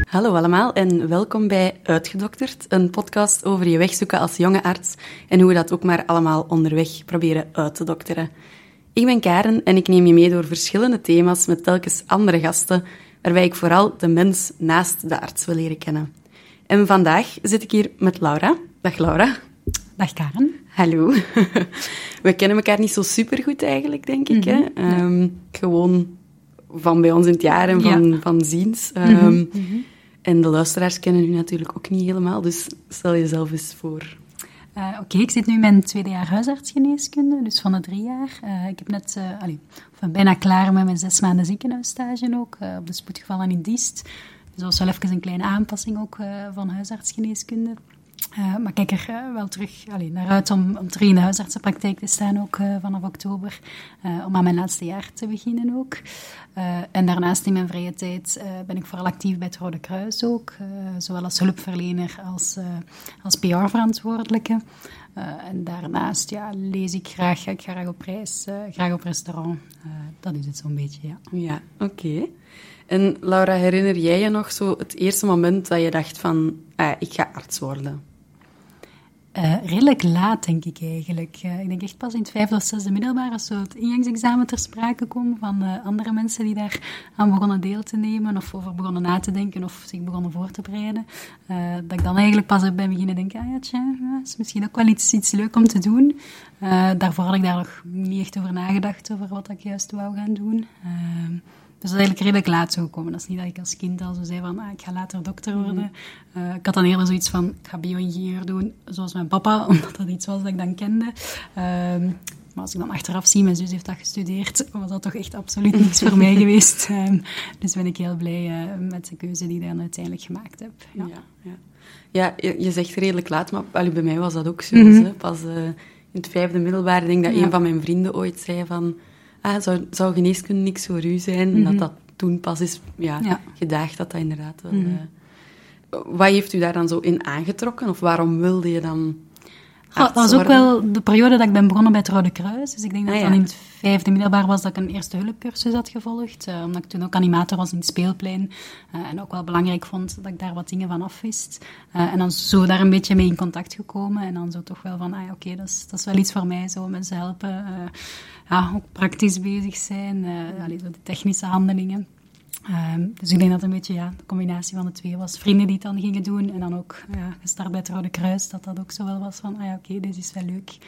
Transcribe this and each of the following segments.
Hallo allemaal en welkom bij Uitgedokterd, een podcast over je weg zoeken als jonge arts en hoe we dat ook maar allemaal onderweg proberen uit te dokteren. Ik ben Karen en ik neem je mee door verschillende thema's met telkens andere gasten, waarbij ik vooral de mens naast de arts wil leren kennen. En vandaag zit ik hier met Laura. Dag Laura. Dag Karen. Hallo. We kennen elkaar niet zo supergoed eigenlijk, denk ik. Hè? Gewoon van bij ons in het jaar en van ziens. En de luisteraars kennen u natuurlijk ook niet helemaal, dus stel jezelf eens voor. Oké, ik zit nu in mijn tweede jaar huisartsgeneeskunde, dus van de 3 jaar. Ik heb net, ben bijna klaar met mijn 6 maanden ziekenhuisstage ook, op de spoedgevallen in Diest. Dus dat was wel even een kleine aanpassing ook van huisartsgeneeskunde. Maar kijk er wel terug naar uit om terug in de huisartsenpraktijk te staan, ook vanaf oktober, om aan mijn laatste jaar te beginnen ook. En daarnaast in mijn vrije tijd ben ik vooral actief bij het Rode Kruis ook, zowel als hulpverlener als PR-verantwoordelijke. En daarnaast lees ik graag, ga ik graag op reis, graag op restaurant. Dat is het zo'n beetje, ja. Ja, oké. En Laura, herinner jij je nog zo het eerste moment dat je dacht van, ik ga arts worden? Redelijk laat, denk ik eigenlijk. Ik denk echt pas in het 5e of 6e middelbaar, als zo het ingangsexamen ter sprake kwam van andere mensen die daar aan begonnen deel te nemen of over begonnen na te denken of zich begonnen voor te bereiden. Dat ik dan eigenlijk pas heb ben beginnen denken, is misschien ook wel iets leuk om te doen. Daarvoor had ik daar nog niet echt over nagedacht, over wat ik juist wou gaan doen. Dus dat is eigenlijk redelijk laat zo gekomen. Dat is niet dat ik als kind al zo zei van, ik ga later dokter worden. Ik had dan eerder zoiets van, ik ga bio-ingenieur doen, zoals mijn papa, omdat dat iets was dat ik dan kende. Maar als ik dan achteraf zie, mijn zus heeft dat gestudeerd, was dat toch echt absoluut niks voor mij geweest. Dus ben ik heel blij met de keuze die ik dan uiteindelijk gemaakt heb. Ja, je zegt redelijk laat, maar bij mij was dat ook zo. Hè? Pas in het 5e middelbaar, ik denk dat een van mijn vrienden ooit zei van, zou geneeskunde niks voor u zijn? En dat toen pas is gedaagd dat inderdaad wel... Wat heeft u daar dan zo in aangetrokken? Of waarom wilde je dan dat was ook wel de periode dat ik ben begonnen bij het Rode Kruis. Dus ik denk dat het dan in het 5e middelbaar was dat ik een eerste hulpcursus had gevolgd. Omdat ik toen ook animator was in het speelplein. En ook wel belangrijk vond dat ik daar wat dingen van afwist. En dan zo daar een beetje mee in contact gekomen. En dan zo toch wel van, oké, dat is wel iets voor mij. Zo mensen helpen. Ook praktisch bezig zijn. Zo de technische handelingen. Dus ik denk dat een beetje de combinatie van de twee was. Vrienden die het dan gingen doen en dan ook gestart bij het Rode Kruis, dat ook zo wel was van, oké, dit is wel leuk.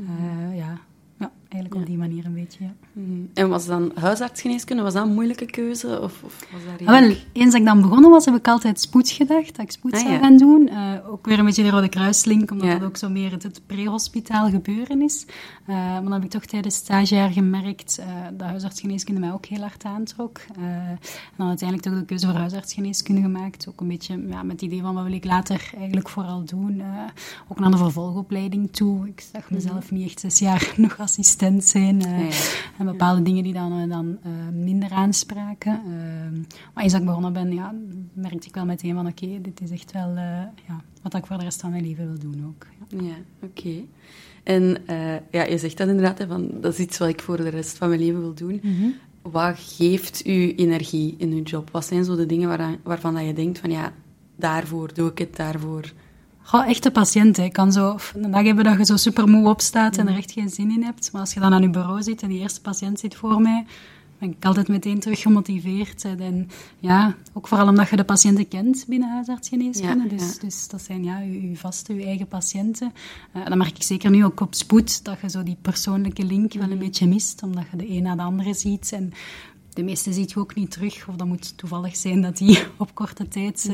Eigenlijk op die manier een beetje, En was dan huisartsgeneeskunde, was dat een moeilijke keuze? Of was dat redelijk... Eens dat ik dan begonnen was, heb ik altijd spoed gedacht, dat ik spoed zou gaan doen. Ook weer een beetje de Rode Kruislink, omdat dat ook zo meer het pre-hospitaal gebeuren is. Maar dan heb ik toch tijdens het stagejaar gemerkt dat huisartsgeneeskunde mij ook heel hard aantrok. En dan uiteindelijk toch de keuze voor huisartsgeneeskunde gemaakt. Ook een beetje met het idee van wat wil ik later eigenlijk vooral doen. Ook naar de vervolgopleiding toe. Ik zag mezelf niet echt 6 jaar nog assistent zijn. En bepaalde dingen die dan minder aanspraken. Maar eens dat ik begonnen ben, merkte ik wel meteen van oké, dit is echt wel wat ik voor de rest van mijn leven wil doen ook. Ja, oké. En je zegt dat inderdaad, van, dat is iets wat ik voor de rest van mijn leven wil doen. Wat geeft u energie in uw job? Wat zijn zo de dingen waarvan dat je denkt van daarvoor doe ik het, daarvoor... Echt de patiënt. Ik kan zo een dag hebben dat je zo super moe opstaat en er echt geen zin in hebt. Maar als je dan aan je bureau zit en die eerste patiënt zit voor mij, ben ik altijd meteen terug gemotiveerd. En ook vooral omdat je de patiënten kent binnen huisartsgeneeskunde. Dus dat zijn uw vaste, uw eigen patiënten. Dan merk ik zeker nu ook op spoed dat je zo die persoonlijke link wel een beetje mist, omdat je de een na de andere ziet. En de meeste ziet je ook niet terug, of dat moet toevallig zijn dat die op korte tijd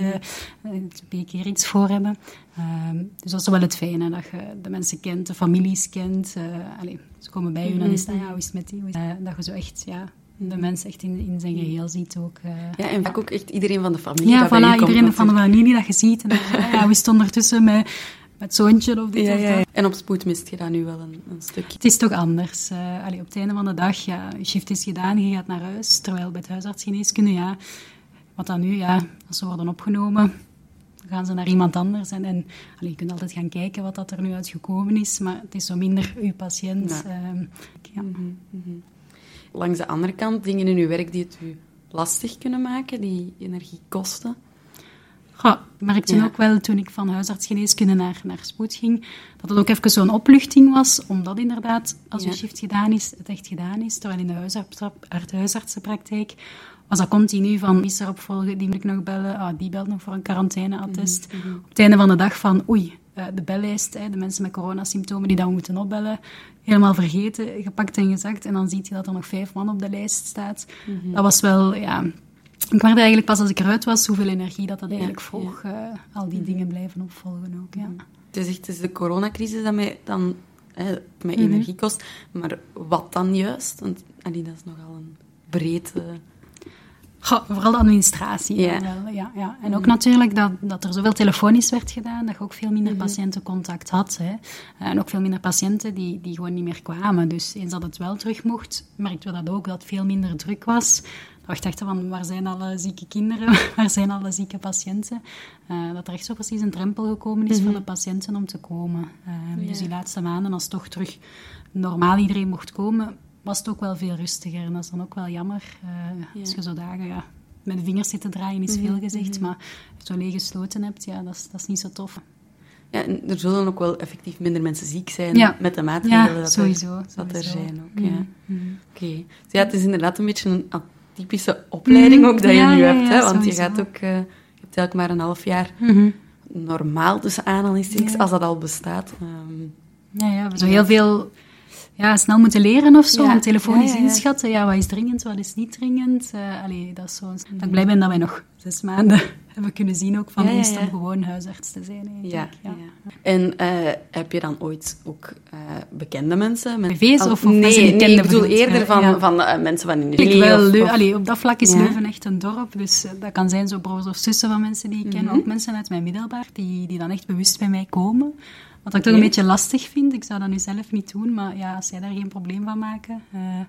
2 keer iets voor hebben. Dus dat is wel het fijne, dat je de mensen kent, de families kent. Ze komen bij je en dan is dat, hoe is het met die? Dat je zo echt, de mens echt in zijn geheel ziet ook. En vaak ook echt iedereen van de familie. Ja, voilà, iedereen van de familie dat je ziet. En dan hoe is het ondertussen met zoontje of dit of dat. En op spoed mist je dat nu wel een stukje. Het is toch anders. Op het einde van de dag, je shift is gedaan, je gaat naar huis. Terwijl bij het huisartsgeneeskunde, wat dan nu, als ze worden opgenomen, gaan ze naar iemand anders. En je kunt altijd gaan kijken wat dat er nu uitgekomen is, maar het is zo minder uw patiënt. Langs de andere kant, dingen in uw werk die het u lastig kunnen maken, die energie kosten? Ik merkte ook wel, toen ik van huisartsgeneeskunde naar spoed ging, dat het ook even zo'n opluchting was, omdat inderdaad, als je shift gedaan is, het echt gedaan is. Terwijl in de huisartsenpraktijk was dat continu van, is er opvolgen, die moet ik nog bellen, die belt nog voor een quarantaineattest. Op het einde van de dag van, de bellijst, de mensen met coronasymptomen die dat we moeten opbellen, helemaal vergeten, gepakt en gezakt. En dan zie je dat er nog 5 man op de lijst staat. Dat was wel, ik merkte eigenlijk pas als ik eruit was, hoeveel energie dat eigenlijk vroeg. Al die dingen blijven opvolgen ook, Het is de coronacrisis dat mij dan met energie kost. Maar wat dan juist? Want dat is nogal een breed... Vooral de administratie. Dan wel, ja. En ook natuurlijk dat er zoveel telefonisch werd gedaan, dat je ook veel minder patiëntencontact had. Hè. En ook veel minder patiënten die gewoon niet meer kwamen. Dus eens dat het wel terug mocht, merkten we dat ook, dat het veel minder druk was. Dat we dachten van, waar zijn alle zieke kinderen? Waar zijn alle zieke patiënten? Dat er echt zo precies een drempel gekomen is voor de patiënten om te komen. Dus die laatste maanden, als toch terug normaal iedereen mocht komen, was het ook wel veel rustiger. En dat is dan ook wel jammer. Als je zo dagen met de vingers zit te draaien, is veel gezegd. Maar als je zo lege sloten hebt, dat is niet zo tof. Ja, en er zullen ook wel effectief minder mensen ziek zijn met de maatregelen dat er zijn. Ook, Oké. Dus het is inderdaad een beetje een atypische opleiding ook dat je nu hebt. Hè? Want je gaat ook... je hebt eigenlijk maar een half jaar normaal, tussen aanhalingstekens, als dat al bestaat. We hebben zo heel veel... snel moeten leren of zo, telefonisch inschatten. Wat is dringend, wat is niet dringend. Dat is zo... Dat ik blij ben dat wij nog 6 maanden hebben kunnen zien ook van om gewoon huisarts te zijn. En heb je dan ooit ook bekende mensen? BV's of mensen die kenden? Ik bedoel eerder van mensen van in de regio. Op dat vlak is Leuven echt een dorp. Dus dat kan zijn zo broers of zussen van mensen die ik ken. Ook mensen uit mijn middelbaar die dan echt bewust bij mij komen. Wat ik toch een beetje lastig vind. Ik zou dat nu zelf niet doen, maar als jij daar geen probleem van maken...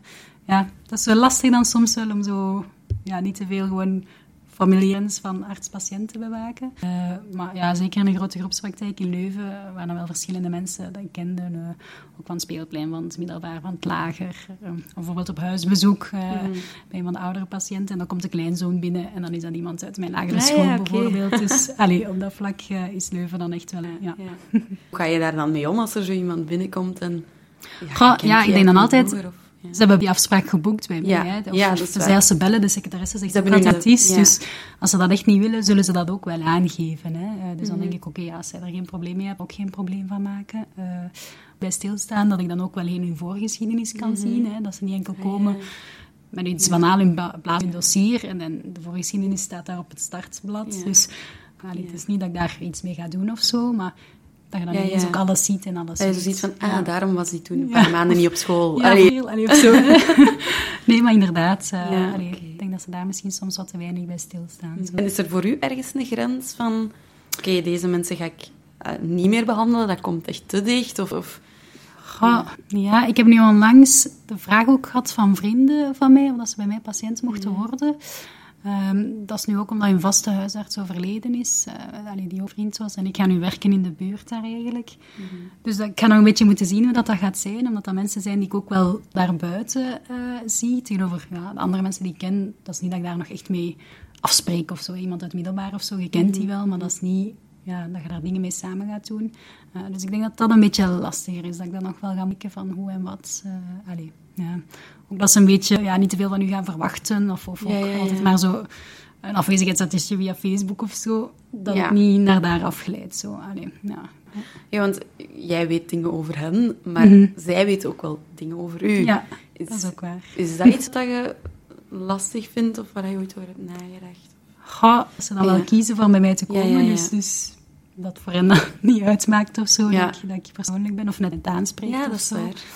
dat is wel lastig dan soms wel om zo... niet te veel gewoon families van arts-patiënt te bewaken. Maar zeker in een grote groepspraktijk in Leuven waren er wel verschillende mensen dat ik kende. Ook van het speelplein, van het middelbaar, van het lager. Bijvoorbeeld op huisbezoek bij een van de oudere patiënten. En dan komt de kleinzoon binnen en dan is dat iemand uit mijn lagere school bijvoorbeeld. Dus op dat vlak is Leuven dan echt wel... Hoe ga je daar dan mee om als er zo iemand binnenkomt? En, ik denk dan altijd... Ze hebben die afspraak geboekt bij mij. Als ze bellen, de secretaresse zegt dat het is. Dus als ze dat echt niet willen, zullen ze dat ook wel aangeven. Hè. Dus dan denk ik, als zij daar geen probleem mee hebben, ook geen probleem van maken. Bij stilstaan, dat ik dan ook wel hun voorgeschiedenis kan zien. Hè. Dat ze niet enkel komen met iets banaal in hun dossier. En dan de voorgeschiedenis staat daar op het startblad. Dus het is niet dat ik daar iets mee ga doen of zo, maar... Dat je dan ineens ook alles ziet en alles je ziet van, daarom was hij toen een paar maanden niet op school. Of zo. Nee, maar inderdaad. Ik denk dat ze daar misschien soms wat te weinig bij stilstaan. En is er voor u ergens een grens van... Oké, deze mensen ga ik niet meer behandelen, dat komt echt te dicht? Of... Ik heb nu onlangs de vraag ook gehad van vrienden van mij, of dat ze bij mij patiënt mochten worden... dat is nu ook omdat een vaste huisarts overleden is, die ook vriend was. En ik ga nu werken in de buurt daar eigenlijk. Dus ik ga nog een beetje moeten zien hoe dat gaat zijn. Omdat dat mensen zijn die ik ook wel daarbuiten zie. Tegenover de andere mensen die ik ken. Dat is niet dat ik daar nog echt mee afspreek of zo. Iemand uit middelbaar of zo, je kent die wel. Maar dat is niet dat je daar dingen mee samen gaat doen. Dus ik denk dat dat een beetje lastiger is. Dat ik dan nog wel ga kijken van hoe en wat. Ook dat ze een beetje niet te veel van u gaan verwachten. Of altijd maar zo een afwezigheidsattestje via Facebook of zo. Dat het niet naar daar afglijdt. Zo. Ja, want jij weet dingen over hen, maar zij weten ook wel dingen over u. Ja, dat is ook waar. Is dat iets dat je lastig vindt of waar je ooit over hebt nagedacht? Als ze dan wel kiezen van bij mij te komen, dus dat voor hen dat niet uitmaakt of zo, dat ik persoonlijk ben, of net het aanspreekt dat of is zo.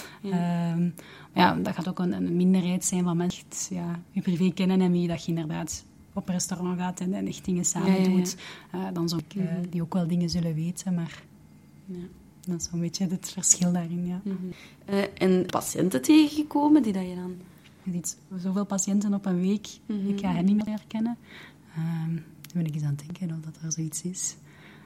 Waar. Dat gaat ook een minderheid zijn van mensen die je privé kennen en wie dat je inderdaad op een restaurant gaat en echt dingen samen doet. Dan zou ik die ook wel dingen zullen weten, maar dat is een beetje het verschil daarin, En patiënten tegengekomen die dat je dan... Je ziet zoveel patiënten op een week, ik ga hen niet meer herkennen. Dan ben ik eens aan het denken of dat er zoiets is.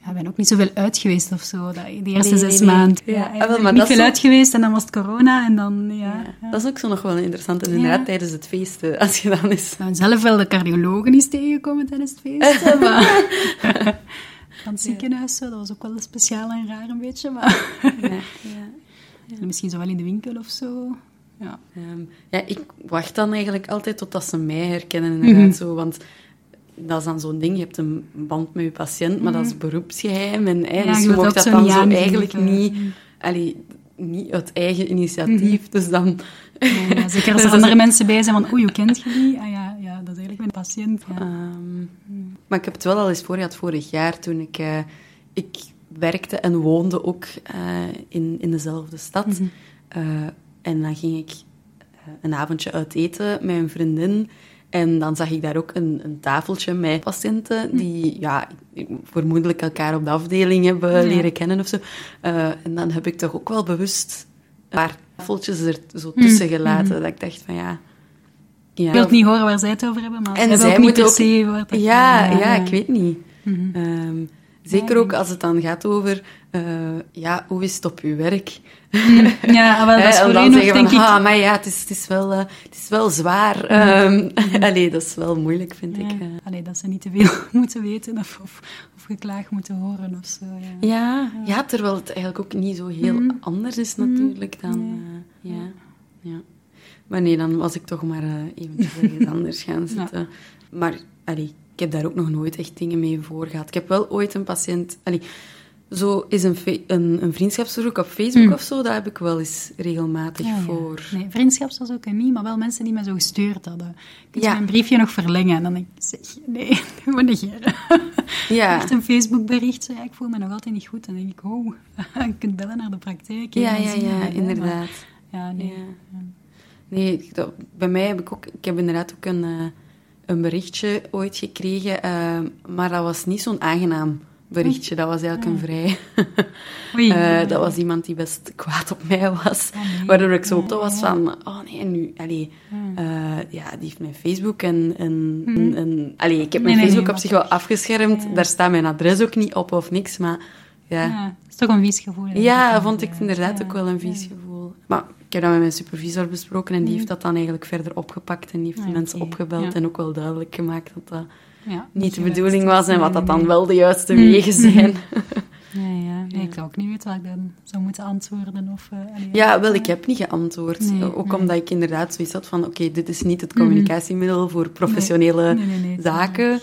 Ja, ik ben ook niet zoveel uit geweest of zo, de eerste 6 maanden. Ja, Ik ben maar niet dat veel is uit geweest en dan was het corona en dan, ja. Dat is ook zo nog wel interessant. En inderdaad, tijdens het feest, als je dan is... Ik ben zelf wel de cardiologen eens tegengekomen tijdens het feest, maar... Van het ziekenhuis, dat was ook wel speciaal en raar een beetje, maar... En misschien zo wel in de winkel of zo. Ja. Ik wacht dan eigenlijk altijd totdat ze mij herkennen, inderdaad. Zo, want dat is dan zo'n ding, je hebt een band met je patiënt, maar dat is beroepsgeheim. En, dus je mag dat dan zo eigenlijk niet... niet uit eigen initiatief, dus dan... Ja, zeker als er andere mensen bij zijn van, oei, hoe kent je die? Ah ja, dat is eigenlijk mijn patiënt. Ja. Maar ik heb het wel al eens voor gehad vorig jaar, toen ik werkte en woonde ook in dezelfde stad. En dan ging ik een avondje uit eten met een vriendin. En dan zag ik daar ook een tafeltje met patiënten die vermoedelijk elkaar op de afdeling hebben leren kennen of zo. En dan heb ik toch ook wel bewust een paar tafeltjes er zo tussen gelaten. Dat ik dacht van Ik wil niet horen waar zij het over hebben, maar en zij moeten ook... Ik weet niet. Zeker ook als het dan gaat over... hoe is het op uw werk? Ja, wel, dat is voor dan nog, zeggen denk ik... maar ja, het is wel zwaar. Dat is wel moeilijk, vind ik. Dat ze niet te veel moeten weten of geklaagd moeten horen of zo. Ja, terwijl het eigenlijk ook niet zo heel anders is natuurlijk dan... Maar nee, dan was ik toch maar eventjes ergens anders gaan zitten. Maar ik heb daar ook nog nooit echt dingen mee voor gehad. Ik heb wel ooit een patiënt... Zo is een vriendschapsverzoek op Facebook of zo, dat heb ik wel eens regelmatig voor. Nee, vriendschapsverzoeken niet, maar wel mensen die mij zo gestuurd hadden. Kun je mijn briefje nog verlengen? En dan denk ik, zeg, nee, gewoon negeren. Echt een Facebookbericht, ik voel me nog altijd niet goed. Dan denk ik, je kunt bellen naar de praktijk. Ja, inderdaad. Nee, bij mij heb ik heb inderdaad ook een berichtje ooit gekregen, maar dat was niet zo'n aangenaam berichtje. Dat was eigenlijk een vrij... dat was iemand die best kwaad op mij was. Waardoor ik zo op was van... die heeft mijn Facebook ik heb mijn Facebook op zich wel afgeschermd. Daar staat mijn adres ook niet op of niks, maar... Ja, dat is toch een vies gevoel. Ja, vond ik inderdaad ook wel een vies gevoel. Maar ik heb dat met mijn supervisor besproken en die heeft dat dan eigenlijk verder opgepakt en die heeft de mensen opgebeld en ook wel duidelijk gemaakt dat dat niet de bedoeling was en wat dat dan wel de juiste wegen zijn. Ik zou ook niet weten wat ik dan zou moeten antwoorden. Ik heb niet geantwoord. Ook omdat ik inderdaad zoiets had van, oké, dit is niet het communicatiemiddel voor professionele zaken.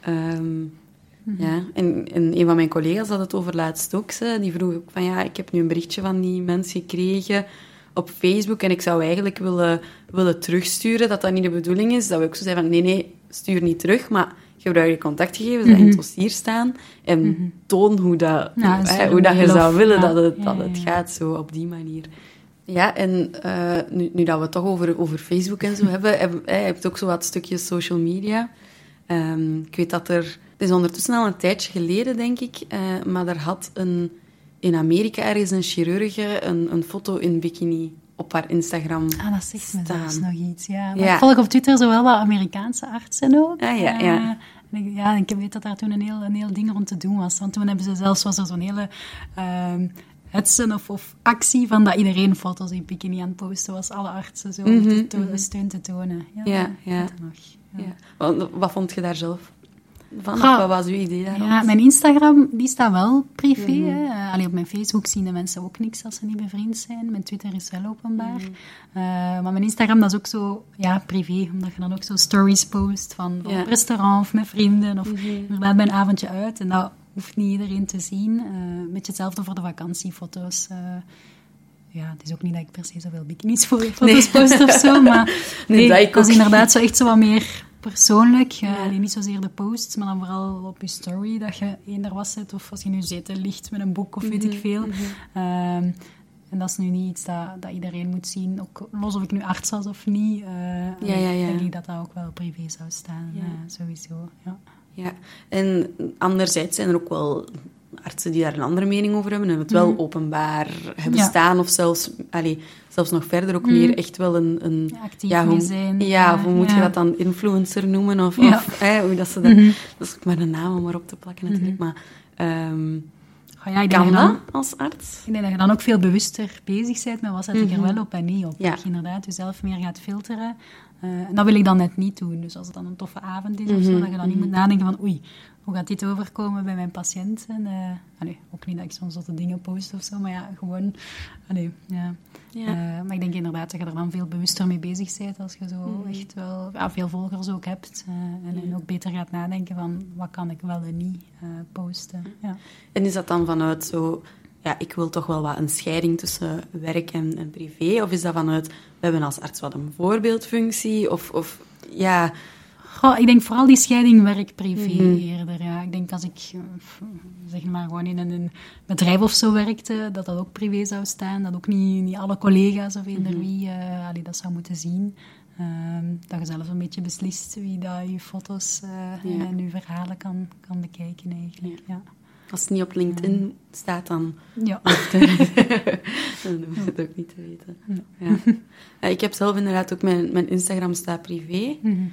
En een van mijn collega's had het over laatst ook. Die vroeg ook van, ik heb nu een berichtje van die mens gekregen op Facebook en ik zou eigenlijk willen terugsturen, dat niet de bedoeling is. Dat we ook zo zeiden van, nee, stuur niet terug, maar gebruik je contactgegevens die in het dossier staan en toon hoe dat je zou willen dat het gaat, zo op die manier. Ja, en nu dat we het toch over Facebook en zo hebben, heb je ook zo wat stukjes social media. Ik weet dat het is ondertussen al een tijdje geleden, denk ik, maar er had in Amerika ergens een chirurg een foto in bikini op haar Instagram dat zegt me zelfs nog iets, ja. Maar ik volg op Twitter zowel wat Amerikaanse artsen ook. Ik weet dat daar toen een heel ding rond te doen was. Want toen hebben ze zelfs, was er zo'n hele hetsen of actie van dat iedereen foto's in bikini aan het posten was. Alle artsen zo om de steun te tonen. Wat vond je daar zelf van? Wat was uw idee daarop? Ja, mijn Instagram, die staat wel privé. Op mijn Facebook zien de mensen ook niks als ze niet bevriend zijn. Mijn Twitter is wel openbaar. Maar mijn Instagram, dat is ook zo privé. Omdat je dan ook zo stories post van op restaurant of met vrienden. Of inderdaad bij een avondje uit. En dat hoeft niet iedereen te zien. Een beetje hetzelfde voor de vakantiefoto's. Het is ook niet dat ik per se zoveel bikinis voor foto's post of zo. Maar dat is inderdaad zo echt zo wat meer persoonlijk. Niet zozeer de posts, maar dan vooral op je story dat je eender was zet. Of als je nu zitten ligt met een boek of weet ik veel. En dat is nu niet iets dat iedereen moet zien. Ook los of ik nu arts was of niet. Denk ik dat ook wel privé zou staan. Sowieso, Ja, en anderzijds zijn er ook wel artsen die daar een andere mening over hebben en het wel openbaar hebben staan, of zelfs nog verder ook meer echt wel een actief mee zijn. Ja, of hoe moet je dat dan, influencer noemen? Of hoe dat ze dat... Dat is ook maar een naam om maar op te plakken natuurlijk, maar... kan dat als arts? Ik denk dat je dan ook veel bewuster bezig bent met wat zet ik er wel op en niet op. Dat je inderdaad jezelf meer gaat filteren. En dat wil ik dan net niet doen. Dus als het dan een toffe avond is of zo, dat je dan niet moet nadenken van oei, hoe gaat dit overkomen bij mijn patiënten? Ook niet dat ik soms zotte dingen post of zo, maar gewoon... maar ik denk inderdaad dat je er dan veel bewuster mee bezig bent als je zo echt wel veel volgers ook hebt. En ook beter gaat nadenken van wat kan ik wel en niet posten. Ja. En is dat dan vanuit zo... Ja, ik wil toch wel wat een scheiding tussen werk en privé? Of is dat vanuit, we hebben als arts wat een voorbeeldfunctie? Of ja... Goh, ik denk vooral die scheiding werk-privé eerder. Ja. Ik denk als ik zeg maar gewoon in een bedrijf of zo werkte, dat ook privé zou staan. Dat ook niet alle collega's of eender wie dat zou moeten zien. Dat je zelf een beetje beslist wie dat je foto's en je verhalen kan bekijken eigenlijk. Ja. Als het niet op LinkedIn staat, dan... Ja. Dan hoef je het ook niet te weten. Ja. Ik heb zelf inderdaad ook mijn Instagram staat privé.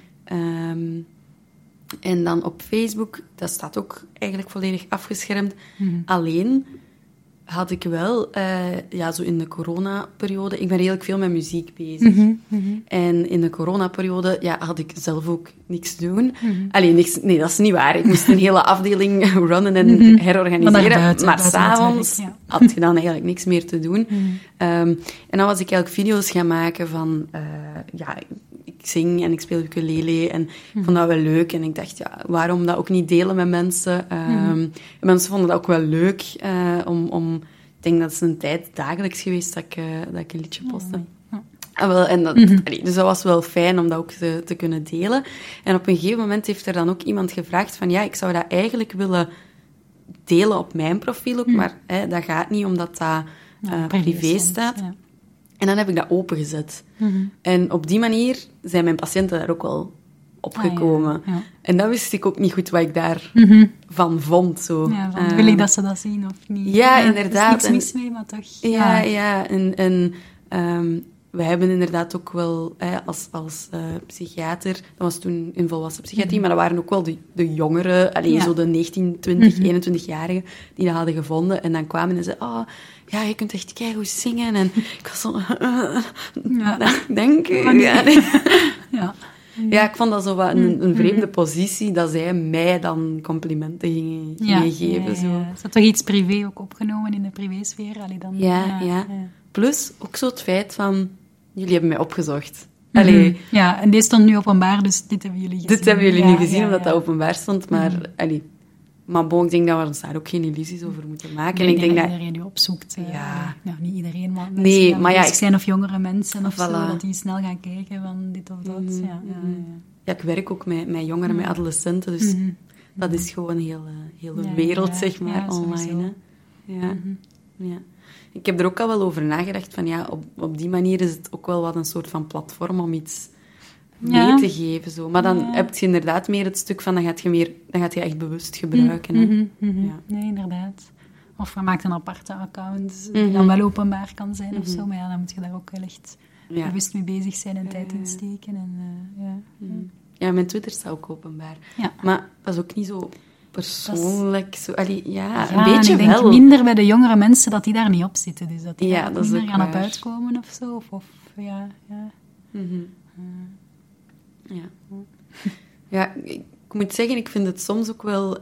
En dan op Facebook, dat staat ook eigenlijk volledig afgeschermd. Alleen had ik wel, zo in de coronaperiode... Ik ben redelijk veel met muziek bezig. En in de coronaperiode had ik zelf ook niks te doen. Niks, nee, dat is niet waar. Ik moest een hele afdeling runnen en herorganiseren. Maar 's avonds had je dan eigenlijk niks meer te doen. En dan was ik eigenlijk video's gaan maken van... ik zing en ik speel ukulele en ik vond dat wel leuk. En ik dacht, waarom dat ook niet delen met mensen? Mensen vonden dat ook wel leuk om... Ik denk dat het een tijd dagelijks geweest dat ik een liedje postte. Dus dat was wel fijn om dat ook te kunnen delen. En op een gegeven moment heeft er dan ook iemand gevraagd van... ik zou dat eigenlijk willen delen op mijn profiel ook, maar dat gaat niet omdat dat privé staat. Ja. En dan heb ik dat opengezet. En op die manier zijn mijn patiënten daar ook wel opgekomen. Ja. En dat wist ik ook niet goed wat ik daarvan vond. Zo. Ja, wil ik dat ze dat zien of niet? Ja, inderdaad. Er is niks mis mee, maar toch... Ja. En we hebben inderdaad ook wel, als psychiater... Dat was toen in volwassen psychiatrie, maar dat waren ook wel de jongeren, zo de 19, 20, 21-jarigen, die dat hadden gevonden. En dan kwamen en zeiden... je kunt echt keigoed zingen. En ik was zo... Denk Ja, ik vond dat zo wat een vreemde positie, dat zij mij dan complimenten gingen geven. Zo. Is dat toch iets privé ook opgenomen in de privésfeer? Ja. Plus ook zo het feit van... Jullie hebben mij opgezocht. Ja, en dit stond nu openbaar, dus dit hebben jullie gezien. Dit hebben jullie nu gezien, omdat dat openbaar stond. Maar, maar ik denk dat we ons daar ook geen illusies over moeten maken. Ik denk dat iedereen nu opzoekt. Niet iedereen, maar mensen die zijn of jongere mensen of zo, dat die snel gaan kijken van dit of dat. Ja, ik werk ook met jongeren, met adolescenten, dus dat is gewoon een hele wereld, zeg maar, online. Ja. Ik heb er ook al wel over nagedacht van op die manier is het ook wel wat een soort van platform om iets mee te geven. Zo. Maar dan heb je inderdaad meer het stuk van dan gaat je echt bewust gebruiken. Nee, inderdaad. Of je maakt een aparte account die dan wel openbaar kan zijn of zo. Maar dan moet je daar ook wel echt bewust mee bezig zijn en tijd in steken. Ja, mijn Twitter staat ook openbaar. Ja. Maar dat is ook niet zo... persoonlijk, zo, een beetje ik denk wel. Minder bij de jongere mensen dat die daar niet op zitten, dus dat die daar dat minder gaan op uitkomen of zo. Ja, ik moet zeggen, ik vind het soms ook wel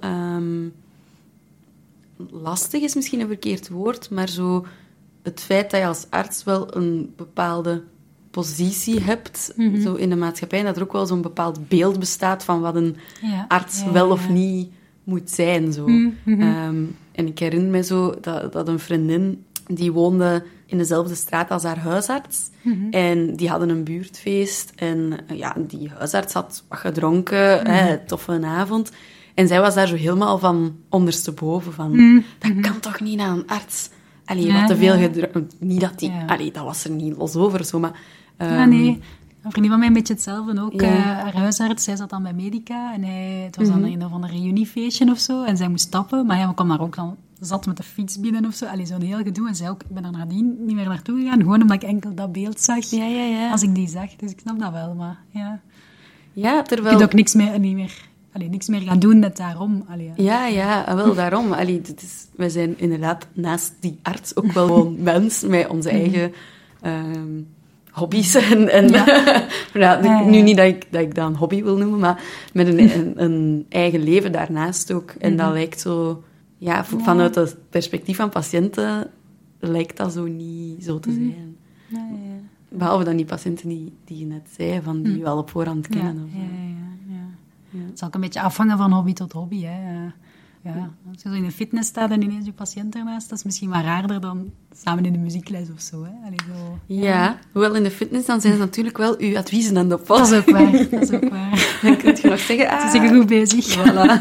lastig, is misschien een verkeerd woord, maar zo het feit dat je als arts wel een bepaalde positie hebt zo in de maatschappij, en dat er ook wel zo'n bepaald beeld bestaat van wat een arts wel of niet moet zijn. Zo. En ik herinner me zo dat een vriendin, die woonde in dezelfde straat als haar huisarts. En die hadden een buurtfeest. En die huisarts had wat gedronken, toffe avond. En zij was daar zo helemaal van ondersteboven. Van, dat kan toch niet aan een arts? Wat te veel gedronken. Niet dat die... dat was er niet los over, zo, maar... nee... Een vriendin van mij een beetje hetzelfde ook. Haar huisarts, zij zat dan bij Medica en het was dan een of ander reuniefeestje of zo. En zij moest stappen, maar we kwam daar ook dan zat met de fiets binnen of zo. Allee, zo'n heel gedoe. En zei ook, ik ben er nadien niet meer naartoe gegaan, gewoon omdat ik enkel dat beeld zag. Ja. Als ik die zag. Dus ik snap dat wel, maar ja. Ja, Je terwijl... kunt ook niks meer gaan doen net daarom. Allee, Ja, wel daarom. Allee, wij zijn inderdaad naast die arts ook wel gewoon mens met onze eigen hobby's. Nu niet dat ik dat een hobby wil noemen, maar met een eigen leven daarnaast ook. En dat lijkt zo... Ja, vanuit het perspectief van patiënten lijkt dat zo niet zo te zijn. Ja. Behalve dan die patiënten die je net zei, van die je wel op voorhand kennen. Ja. Het zal ook een beetje afhangen van hobby tot hobby. Hè. Ja. Als je zo in de fitness staat en ineens je patiënt ernaast, dat is misschien wat raarder dan samen in de muziekles of zo. Hè. Allee, zo. Ja, hoewel in de fitness dan zijn ze natuurlijk wel uw adviezen aan het opvolgen. Dat is ook waar. Dan kun je nog zeggen... Ze zijn goed bezig. Voilà.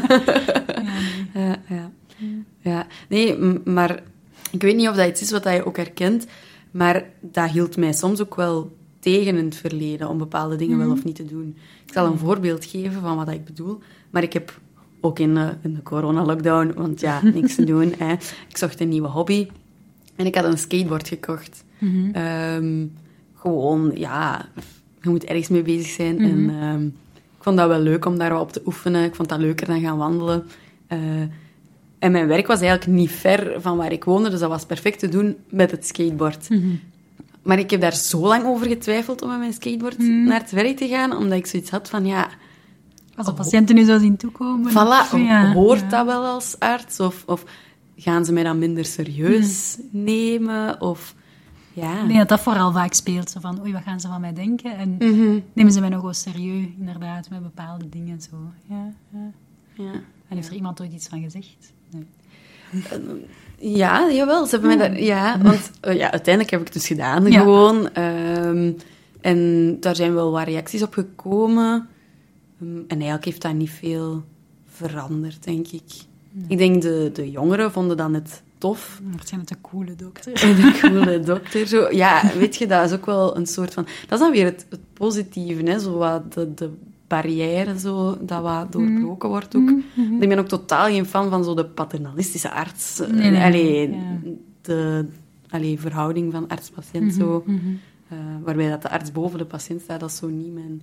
Ja. Nee, maar ik weet niet of dat iets is wat je ook herkent, maar dat hield mij soms ook wel tegen in het verleden om bepaalde dingen wel of niet te doen. Ik zal een voorbeeld geven van wat ik bedoel, maar ik heb ook in de corona-lockdown, want ja, niks te doen, ik zocht een nieuwe hobby en ik had een skateboard gekocht. Gewoon, ja, je moet ergens mee bezig zijn en ik vond dat wel leuk om daar wat op te oefenen. Ik vond dat leuker dan gaan wandelen. En mijn werk was eigenlijk niet ver van waar ik woonde, dus dat was perfect te doen met het skateboard. Maar ik heb daar zo lang over getwijfeld om met mijn skateboard naar het werk te gaan, omdat ik zoiets had van, ja... Als de patiënten nu zo zien toekomen... Hoort dat wel als arts? Of gaan ze mij dan minder serieus nemen? Of... Ja. Ik denk dat vooral vaak speelt. Zo van, oei, wat gaan ze van mij denken? En nemen ze mij nog wel serieus, inderdaad, met bepaalde dingen. Zo. Ja. En heeft er iemand ooit iets van gezegd? Nee. Ja, jawel. Ze hebben mij daar... Ja, want uiteindelijk heb ik het dus gedaan, gewoon. En daar zijn wel wat reacties op gekomen. En eigenlijk heeft dat niet veel veranderd, denk ik. Nee. Ik denk de jongeren vonden dat net tof. Waarschijnlijk de coole dokter. De coole dokter. Zo. Ja, weet je, dat is ook wel een soort van... Dat is dan weer het positieve, hè. Zo wat de barrière, zo, dat wat doorbroken wordt ook. Ik ben ook totaal geen fan van zo de paternalistische arts. De verhouding van arts-patiënt, zo. Waarbij dat de arts boven de patiënt staat, dat is zo niet mijn...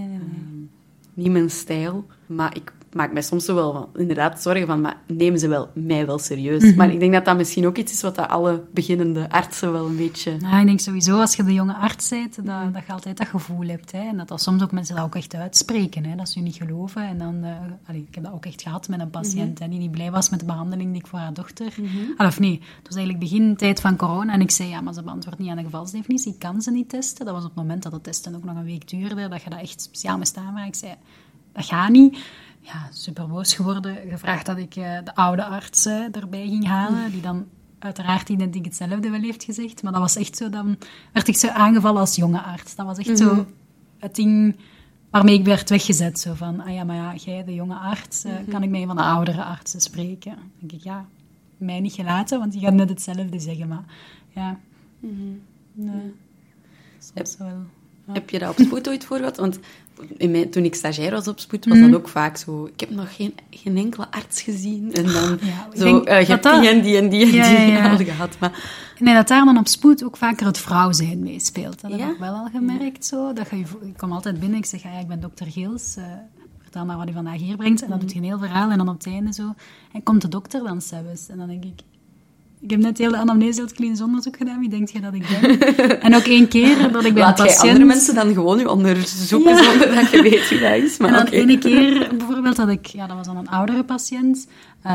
Niet mijn stijl, maar ik maak mij soms zo wel inderdaad zorgen van, maar nemen ze mij wel serieus? Maar ik denk dat dat misschien ook iets is wat dat alle beginnende artsen wel een beetje... Nou, ik denk sowieso, als je de jonge arts bent, dat je altijd dat gevoel hebt. Hè? En dat soms ook mensen dat ook echt uitspreken, hè? Dat ze je niet geloven. En dan, ik heb dat ook echt gehad met een patiënt die niet blij was met de behandeling die ik voor haar dochter... Of nee, het was eigenlijk begin tijd van corona en ik zei, ja, maar ze beantwoordt niet aan de gevalsdefinitie, ik kan ze niet testen. Dat was op het moment dat de testen ook nog een week duurde, dat je dat echt speciaal moest aanvragen. Ik zei, dat gaat niet. Ja, super boos geworden. Gevraagd dat ik de oude arts erbij ging halen, die dan uiteraard identiek hetzelfde wel heeft gezegd. Maar dat was echt zo, dan werd ik zo aangevallen als jonge arts. Dat was echt zo het ding waarmee ik werd weggezet. Zo van, jij, de jonge arts, kan ik met een van de oudere artsen spreken? Dan denk ik, ja, mij niet gelaten, want die gaat net hetzelfde zeggen. Maar ja, nee, soms wel... Heb je dat op spoed ooit voor gehad? Want toen ik stagiair was op spoed, was dat ook vaak zo. Ik heb nog geen enkele arts gezien. En dan je hebt die en die al gehad. Maar... Nee, dat daar dan op spoed ook vaker het vrouw zijn meespeelt. Dat heb ik wel al gemerkt. Zo, dat ik kom altijd binnen, ik zeg, ik ben dokter Geels. Vertel maar wat hij vandaag hier brengt. En dan doet hij een heel verhaal. En dan op het einde zo... En komt de dokter dan zelfs? En dan denk ik... Ik heb net heel de anamnese, het klinisch onderzoek gedaan. Wie denk je dat ik ben? En ook 1 keer dat ik bij een patiënt... Laat jij andere mensen dan gewoon nu onderzoeken zonder dat je weet wie dat is? Maar en dan 1 keer bijvoorbeeld dat ik... Ja, dat was dan een oudere patiënt.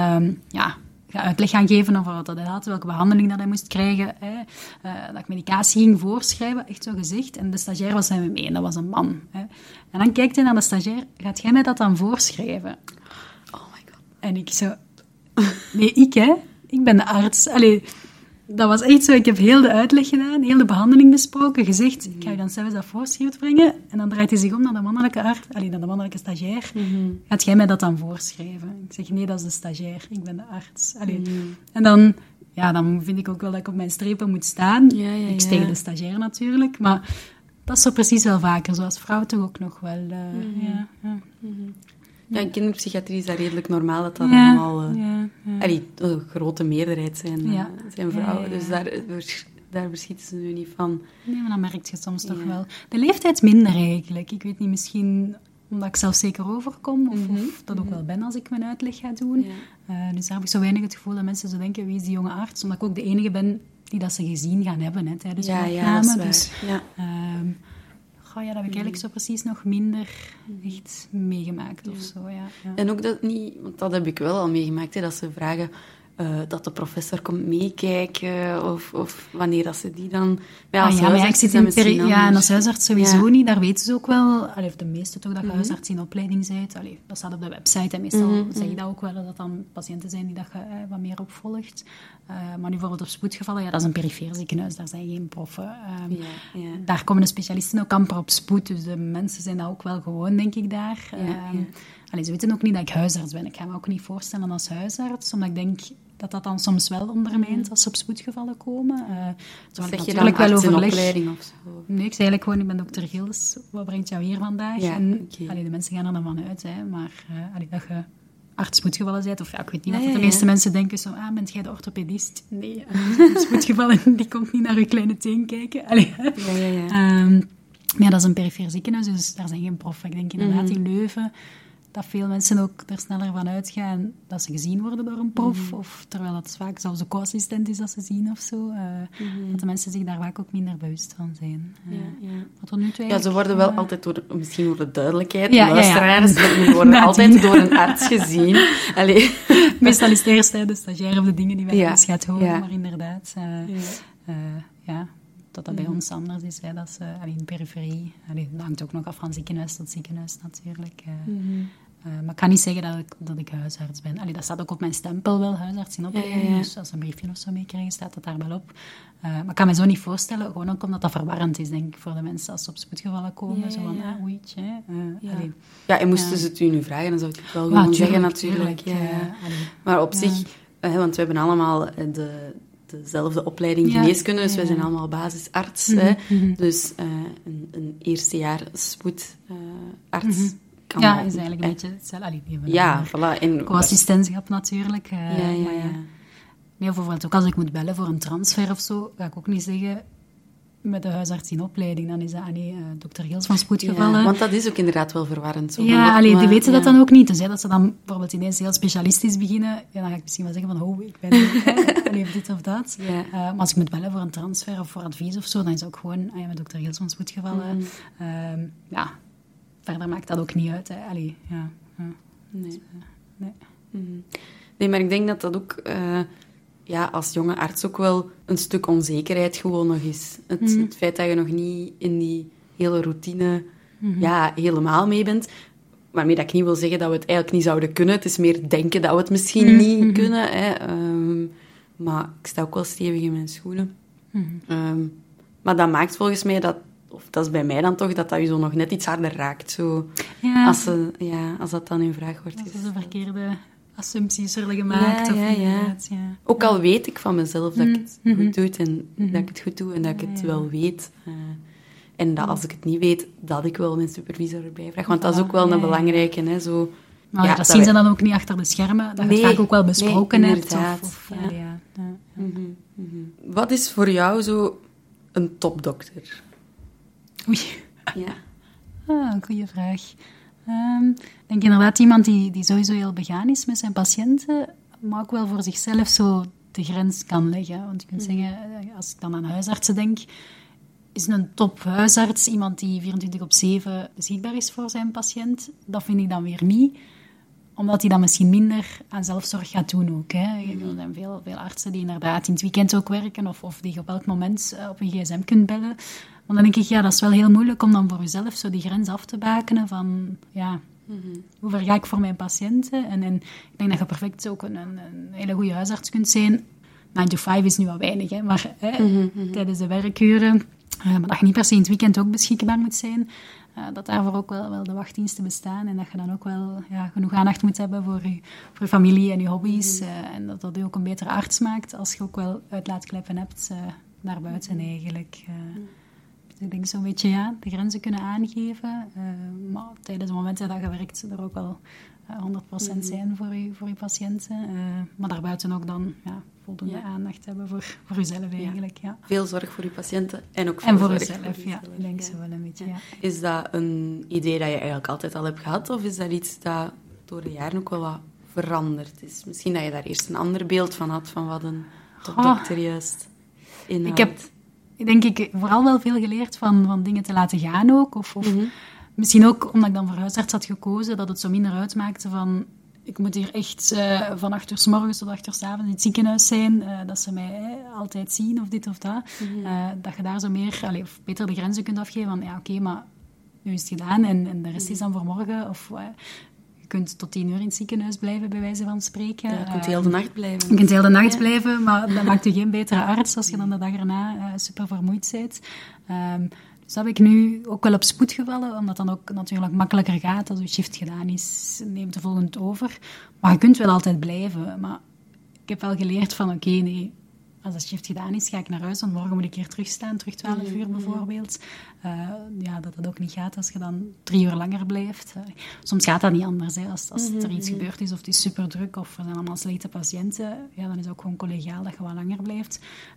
Uitleg gaan geven over wat dat hij had, welke behandeling dat hij moest krijgen. Dat ik medicatie ging voorschrijven, echt zo gezegd. En de stagiair was met me mee en dat was een man. En dan kijkt hij naar de stagiair. Gaat jij mij dat dan voorschrijven? Oh my god. En ik zo... Nee, ik ben de arts. Allee, dat was echt zo. Ik heb heel de uitleg gedaan, heel de behandeling besproken, gezegd, ik ga je dan zelfs dat voorschrift brengen. En dan draait hij zich om naar de mannelijke arts, naar de mannelijke stagiair. Gaat jij mij dat dan voorschrijven? Ik zeg, nee, dat is de stagiair. Ik ben de arts. En dan vind ik ook wel dat ik op mijn strepen moet staan. Ik steeg de stagiair natuurlijk, maar dat is zo precies wel vaker. Zoals vrouw toch ook nog wel. Ja, in kinderpsychiatrie is dat redelijk normaal dat allemaal... de grote meerderheid zijn vrouwen. Dus daar verschieten ze nu niet van. Nee, maar dat merk je soms toch wel. De leeftijd minder eigenlijk. Ik weet niet, misschien omdat ik zelf zeker overkom, of dat ook wel ben als ik mijn uitleg ga doen. Ja. Dus daar heb ik zo weinig het gevoel dat mensen zo denken, wie is die jonge arts? Omdat ik ook de enige ben die dat ze gezien gaan hebben tijdens de opname. Dus, dat heb ik eigenlijk zo precies nog minder echt meegemaakt of zo. Ja. En ook dat niet, want dat heb ik wel al meegemaakt, dat ze vragen dat de professor komt meekijken of wanneer dat ze die dan... ik zit en als huisarts sowieso niet, daar weten ze ook wel, of de meeste toch, dat je huisarts in opleiding bent. Dat staat op de website en meestal zeg je dat ook wel, dat dat dan patiënten zijn die dat je wat meer opvolgt. Maar nu bijvoorbeeld op spoedgevallen, dat is een perifeer ziekenhuis, daar zijn geen proffen. Daar komen de specialisten ook amper op spoed, dus de mensen zijn dat ook wel gewoon, denk ik, daar. Ze weten ook niet dat ik huisarts ben. Ik ga me ook niet voorstellen als huisarts, omdat ik denk dat dan soms wel ondermijnt als ze op spoedgevallen komen. Zeg je dan arts in opleiding of zo? Nee, ik zei eigenlijk gewoon, ik ben dokter Gilles, wat brengt jou hier vandaag? De mensen gaan er dan van uit, maar dat je arts spoedgevallen bent, of ik weet niet wat de meeste mensen denken, zo, bent jij de orthopedist? Nee, spoedgevallen, die komt niet naar uw kleine teen kijken. Maar dat is een perifeer ziekenhuis, dus daar zijn geen proffen. Ik denk inderdaad in Leuven dat veel mensen ook er sneller van uitgaan dat ze gezien worden door een prof, of terwijl dat vaak zelfs de co-assistent is dat ze zien of zo. Dat de mensen zich daar vaak ook minder bewust van zijn. Wat er nu ze worden wel altijd misschien door de duidelijkheid, luisteraars, die worden altijd door een arts gezien. Meestal is het eerst de stagiair of de dingen die wij eens gaat horen, maar inderdaad... dat bij ons anders is, dat ze in de periferie... dat hangt ook nog af van ziekenhuis tot ziekenhuis natuurlijk. Maar ik kan niet zeggen dat ik huisarts ben. Dat staat ook op mijn stempel wel, huisarts in opleiding. Dus als een briefje of zo meekrijgen, staat dat daar wel op. Maar ik kan me zo niet voorstellen, gewoon ook omdat dat verwarrend is, denk ik, voor de mensen als ze op spoedgevallen komen. Zo van, oeitje. En moesten ze het u nu vragen, dan zou ik het wel gewoon zeggen natuurlijk. Maar op zich, want we hebben allemaal dezelfde opleiding geneeskunde, dus wij zijn allemaal basisarts. Dus een eerstejaar spoedarts kan... is eigenlijk een beetje hetzelfde. Voilà. En co-assistentschap natuurlijk. Nee, bijvoorbeeld ook als ik moet bellen voor een transfer of zo, ga ik ook niet zeggen met de huisarts in opleiding. Dan is dat dokter Gils van spoedgevallen. Want dat is ook inderdaad wel verwarrend. Zo die weten dat dan ook niet. Dus dat ze dan bijvoorbeeld ineens heel specialistisch beginnen, dan ga ik misschien wel zeggen van, ik ben dit of dat. Maar als ik moet bellen voor een transfer of voor advies of zo, dan is het ook gewoon, met dokter Gils van spoedgevallen. Verder maakt dat ook niet uit. Nee, maar ik denk dat ook... als jonge arts ook wel een stuk onzekerheid gewoon nog is. Het feit dat je nog niet in die hele routine helemaal mee bent. Waarmee dat ik niet wil zeggen dat we het eigenlijk niet zouden kunnen. Het is meer denken dat we het misschien niet kunnen. Maar ik sta ook wel stevig in mijn schoenen. Maar dat maakt volgens mij of dat is bij mij dan toch, dat je zo nog net iets harder raakt. Zo, als dat dan in vraag wordt. Als de verkeerde assumpties worden gemaakt. Ook al weet ik van mezelf dat ik het goed doe en dat ik het goed doe en dat ik het wel weet. En dat als ik het niet weet, dat ik wel mijn supervisor erbij vraag. Want dat is ook wel een belangrijke. Hè, zo. Maar dat zien ze dan ook niet achter de schermen. Dat je het vaak ook wel besproken hebt. Wat is voor jou zo een topdokter? Oei. Een goede vraag. Ik denk inderdaad iemand die sowieso heel begaan is met zijn patiënten, maar ook wel voor zichzelf zo de grens kan leggen. Want je kunt zeggen, als ik dan aan huisartsen denk, is een tophuisarts iemand die 24/7 beschikbaar is voor zijn patiënt? Dat vind ik dan weer niet. Omdat hij dan misschien minder aan zelfzorg gaat doen ook. Hè. Er zijn veel artsen die inderdaad in het weekend ook werken of die je op elk moment op een gsm kunt bellen. Maar dan denk ik, dat is wel heel moeilijk om dan voor jezelf zo die grens af te bakenen van, hoe ver ga ik voor mijn patiënten? En ik denk dat je perfect ook een hele goede huisarts kunt zijn. 9 to 5 is nu wel weinig, hè, maar tijdens de werkuren. Maar dat je niet per se in het weekend ook beschikbaar moet zijn. Dat daarvoor ook wel de wachtdiensten bestaan. En dat je dan ook wel genoeg aandacht moet hebben voor je familie en je hobby's. En dat je ook een betere arts maakt als je ook wel uitlaatkleppen hebt naar buiten eigenlijk. Ik denk zo'n beetje de grenzen kunnen aangeven. Maar tijdens de momenten dat je werkt, er ook wel 100% zijn voor je patiënten. Maar daarbuiten ook dan voldoende aandacht hebben voor jezelf eigenlijk. Ja. Veel zorg voor je patiënten en ook veel voor jezelf. Ja, ik denk zo wel een beetje. Ja. Is dat een idee dat je eigenlijk altijd al hebt gehad? Of is dat iets dat door de jaren ook wel wat veranderd is? Misschien dat je daar eerst een ander beeld van had, van wat een topdokter juist inhoudt. Ik denk ik vooral wel veel geleerd van dingen te laten gaan ook. Of misschien ook omdat ik dan voor huisarts had gekozen, dat het zo minder uitmaakte van... Ik moet hier echt van 8 uur 's morgens tot 8 uur 's avonds in het ziekenhuis zijn. Dat ze mij altijd zien of dit of dat. Dat je daar zo meer, of beter de grenzen kunt afgeven van... Ja, oké, maar nu is het gedaan en de rest is dan voor morgen. Of je kunt tot 10 uur in het ziekenhuis blijven, bij wijze van spreken. Ja, je kunt heel de nacht blijven. Je kunt heel de nacht blijven, maar dat maakt je geen betere arts als je dan de dag erna super vermoeid bent. Dus dat heb ik nu ook wel op spoed gevallen, omdat dan ook natuurlijk makkelijker gaat. Als je shift gedaan is, neemt de volgende over. Maar je kunt wel altijd blijven. Maar ik heb wel geleerd van, oké, nee, als de shift gedaan is, ga ik naar huis, want morgen moet ik hier terugstaan, terug 12 uur bijvoorbeeld. Dat het ook niet gaat als je dan 3 uur langer blijft. Soms gaat dat niet anders. Hè. Als er iets gebeurd is of het is super druk of er zijn allemaal slechte patiënten, dan is het ook gewoon collegiaal dat je wat langer blijft.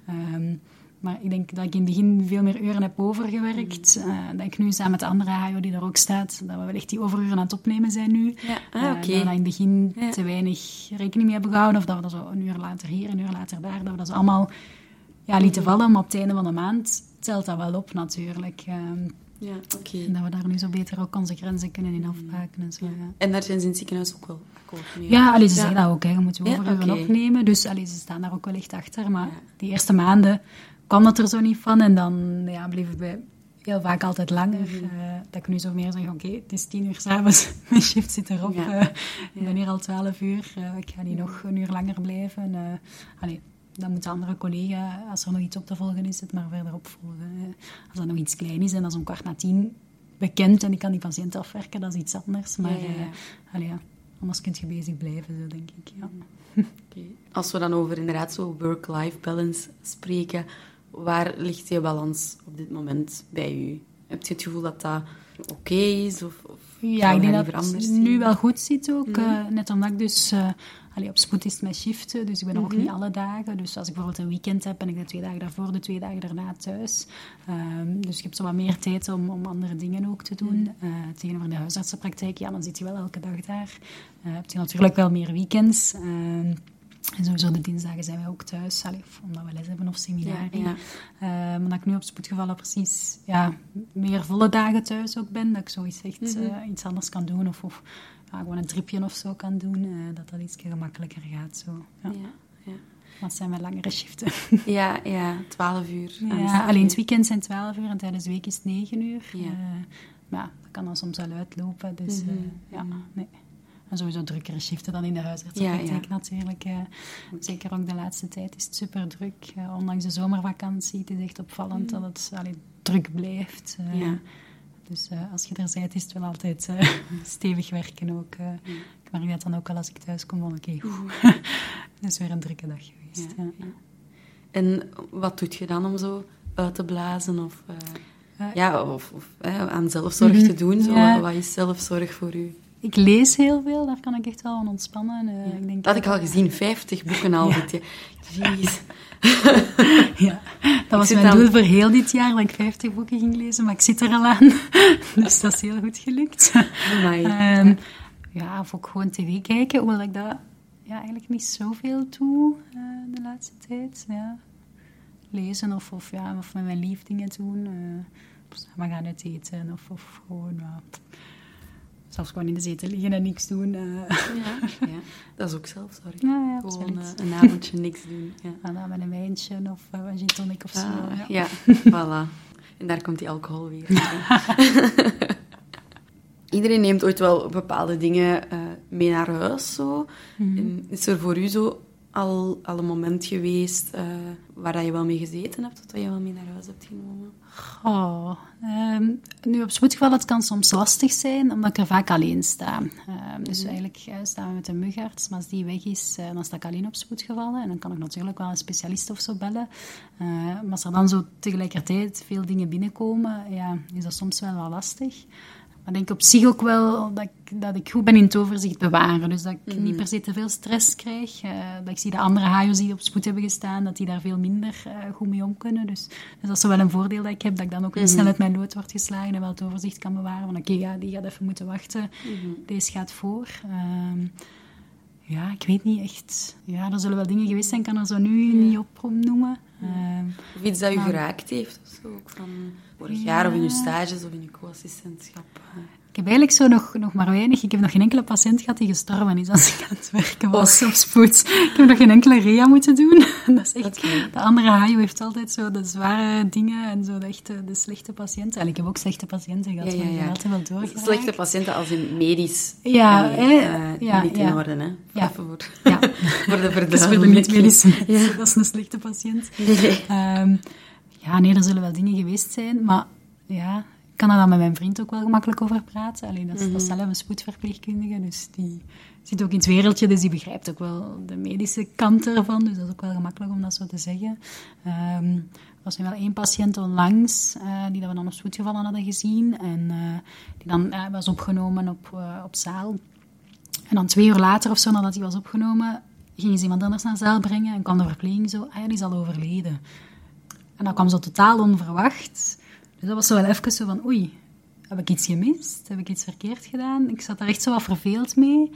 Maar ik denk dat ik in het begin veel meer uren heb overgewerkt. Dat ik nu samen met de andere HO die daar ook staat, dat we wel echt die overuren aan het opnemen zijn nu. Ja. Dat we in het begin te weinig rekening mee hebben gehouden. Of dat we dat zo een uur later hier, een uur later daar, dat we dat zo allemaal lieten vallen. Maar op het einde van de maand telt dat wel op natuurlijk. En dat we daar nu zo beter ook onze grenzen kunnen in afmaken. En zo, En daar zijn ze in het ziekenhuis ook wel akkoord mee? Ja, ze zeggen dat ook. Hè. Je moet je overuren opnemen. Dus ze staan daar ook wel echt achter. Maar die eerste maanden kwam dat er zo niet van. En dan bleven we heel vaak altijd langer. Dat ik nu zo meer zeg, oké, het is 10 uur 's avonds. Mijn shift zit erop. Ik ben hier al 12 uur. Ik ga niet nog een uur langer blijven. Dan moet de andere collega, als er nog iets op te volgen is, het maar verder opvolgen. Als dat nog iets klein is en dat is om 9:15 bekend en ik kan die patiënt afwerken, dat is iets anders. Maar anders kun je bezig blijven, zo denk ik. Ja. Okay. Als we dan over inderdaad zo work-life balance spreken, waar ligt die balans op dit moment bij u? Heb je het gevoel dat dat oké is? Of ja, ik denk dat het nu wel goed zit ook. Net omdat ik dus... op spoed is het met shiften, dus ik ben er ook niet alle dagen. Dus als ik bijvoorbeeld een weekend heb, ben ik de 2 dagen daarvoor, de 2 dagen daarna thuis. Dus ik heb zo wat meer tijd om andere dingen ook te doen. Tegenover de huisartsenpraktijk, dan zit je wel elke dag daar. Heb je natuurlijk wel meer weekends. En sowieso de dinsdagen zijn wij ook thuis, omdat we les hebben of seminarie. Maar dat ik nu op spoedgevallen precies meer volle dagen thuis ook ben. Dat ik zoiets echt iets anders kan doen of gewoon een tripje of zo kan doen. Dat iets gemakkelijker gaat. Zo. Ja. Maar het zijn wel langere shiften. 12 uur. Alleen het weekend zijn 12 uur en tijdens de week is het 9 uur. Maar dat kan dan soms wel uitlopen. Dus nee. En sowieso drukkere shiften dan in de huisartsenpraktijk natuurlijk. Zeker ook de laatste tijd is het super druk. Ondanks de zomervakantie, het is echt opvallend dat het druk blijft. Dus als je er bent, is het wel altijd stevig werken ook. Ik merk dat dan ook al als ik thuis kom, van oké, dat is weer een drukke dag geweest. Ja. En wat doe je dan om zo uit te blazen of aan zelfzorg te doen? Zo, wat is zelfzorg voor u? Ik lees heel veel, daar kan ik echt wel van ontspannen. Ik denk dat had ik al gezien, 50 boeken al. Jeez. Dat was mijn doel voor heel dit jaar, dat ik 50 boeken ging lezen, maar ik zit er al aan. Dus dat is heel goed gelukt. Of ook gewoon tv kijken, hoewel ik dat eigenlijk niet zoveel doe de laatste tijd. Lezen of met mijn lief dingen doen. We gaan uit eten of gewoon... Zelfs gewoon in de zetel liggen en niks doen. Dat is ook zelfzorg. Gewoon een avondje niks doen. En dan met een wijntje of een gin tonic of zo. Voilà. En daar komt die alcohol weer. Iedereen neemt ooit wel bepaalde dingen mee naar huis. Zo. En is er voor u zo al een moment geweest waar je wel mee gezeten hebt, of dat je wel mee naar huis hebt genomen? Nu op spoedgevallen, het kan soms lastig zijn, omdat ik er vaak alleen sta. Dus eigenlijk staan we met een mugarts, maar als die weg is, dan sta ik alleen op spoedgevallen. En dan kan ik natuurlijk wel een specialist of zo bellen. Maar als er dan zo tegelijkertijd veel dingen binnenkomen, is dat soms wel lastig. Maar ik denk op zich ook wel dat ik goed ben in het overzicht bewaren. Dus dat ik niet per se te veel stress krijg. Dat ik zie de andere haaiers die op spoed hebben gestaan, dat die daar veel minder goed mee om kunnen. Dus dat is wel een voordeel dat ik heb, dat ik dan ook niet snel uit mijn lood word geslagen en wel het overzicht kan bewaren. Van oké, die gaat even moeten wachten. Deze gaat voor. Ja, ik weet niet echt. Ja, er zullen wel dingen geweest zijn, ik kan er zo nu niet op noemen. Of iets dat u geraakt heeft, of zo, ook van vorig jaar, of in uw stages, of in uw co-assistentschap. Ik heb eigenlijk zo nog maar weinig. Ik heb nog geen enkele patiënt gehad die gestorven is als ik aan het werken was op spoed. Ik heb nog geen enkele rea moeten doen. Dat is echt... Okay. De andere HAIO heeft altijd zo de zware dingen en zo de slechte patiënten. En ik heb ook slechte patiënten gehad, maar ik ben altijd wel doorgeraakt. Slechte patiënten als in medisch. Niet in orde, hè? Ja. Even voor de verduidelijking. Dus voor de niet-medische mensen. Dat is een slechte patiënt. Nee, er zullen wel dingen geweest zijn, maar ja... Ik kan er dan met mijn vriend ook wel gemakkelijk over praten. Alleen dat is zelf een spoedverpleegkundige, dus die zit ook in het wereldje, dus die begrijpt ook wel de medische kant ervan. Dus dat is ook wel gemakkelijk om dat zo te zeggen. Er was nu wel 1 patiënt onlangs, die dat we dan op spoedgevallen hadden gezien. En die dan was opgenomen op zaal. En dan 2 uur later of zo, nadat hij was opgenomen, gingen ze iemand anders naar zaal brengen. En kwam de verpleging zo, die is al overleden. En dat kwam zo totaal onverwacht. Dus dat was zo wel even zo van, oei, heb ik iets gemist? Heb ik iets verkeerd gedaan? Ik zat daar echt zo wat verveeld mee.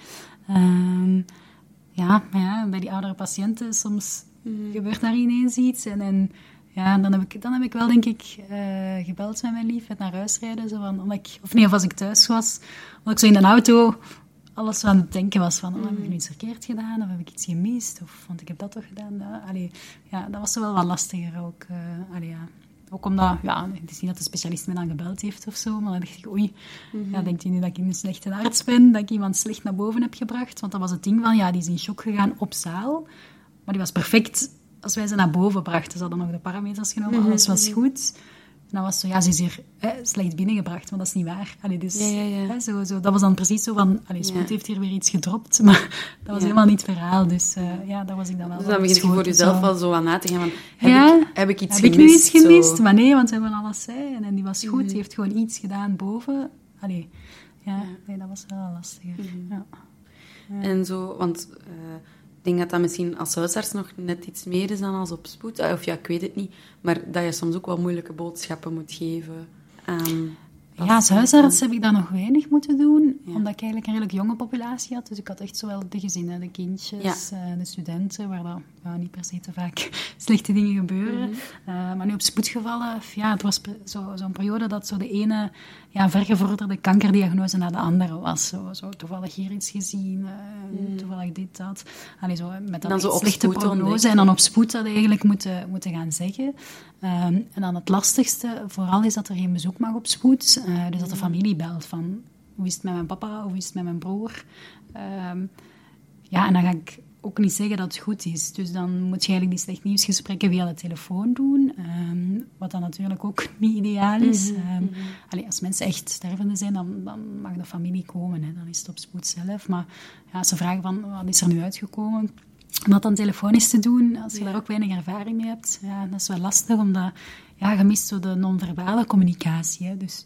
Bij die oudere patiënten, soms gebeurt daar ineens iets. En dan heb ik wel, denk ik, gebeld met mijn lief, het naar huis rijden. Zo van, of als ik thuis was, omdat ik zo in de auto alles aan het denken was van, heb ik nu iets verkeerd gedaan? Of heb ik iets gemist? Want ik heb dat toch gedaan? Dat was zo wel wat lastiger ook. Ook omdat, het is niet dat de specialist me dan gebeld heeft of zo, maar dan dacht ik, oei, denkt hij nu dat ik een slechte arts ben, dat ik iemand slecht naar boven heb gebracht? Want dat was het ding van, die is in shock gegaan op zaal, maar die was perfect als wij ze naar boven brachten. Ze hadden nog de parameters genomen, alles was goed. En dan was zo, ze is hier slecht binnengebracht, maar dat is niet waar. Dat was dan precies zo van, spoed heeft hier weer iets gedropt, maar dat was helemaal niet het verhaal. Dus daar was ik dan wel. Dus dan begint je voor jezelf wel zo aan na te gaan van, heb ik iets gemist? Heb ik nu iets gemist? Zo. Maar nee, want we hebben alles zei en die was goed, die heeft gewoon iets gedaan boven. Nee, dat was wel lastiger. En zo, want... Ik denk dat dat misschien als huisarts nog net iets meer is dan als op spoed. Of ik weet het niet. Maar dat je soms ook wel moeilijke boodschappen moet geven aan... als huisarts heb ik dat nog weinig moeten doen. Omdat ik eigenlijk een redelijk jonge populatie had. Dus ik had echt zowel de gezinnen, de kindjes, de studenten, waar dat niet per se te vaak slechte dingen gebeuren. Maar nu op spoedgevallen, het was zo'n periode dat zo de ene vergevorderde kankerdiagnose naar de andere was. Zo toevallig hier iets gezien, toevallig dit, dat. Met dan zo slechte prognose en dan op spoed dat eigenlijk moeten gaan zeggen. En dan het lastigste vooral is dat er geen bezoek mag op spoed. Dus dat de familie belt van, hoe is het met mijn papa, hoe is het met mijn broer? En dan ga ik ook niet zeggen dat het goed is. Dus dan moet je eigenlijk die slecht nieuwsgesprekken via de telefoon doen. Wat dan natuurlijk ook niet ideaal is. Als mensen echt stervende zijn, dan mag de familie komen. Hè. Dan is het op spoed zelf. Maar als ze vragen van, wat is er nu uitgekomen? Om dat dan telefonisch te doen, als je daar ook weinig ervaring mee hebt, dat is wel lastig, omdat je mist zo de non-verbale communicatie. Hè. Dus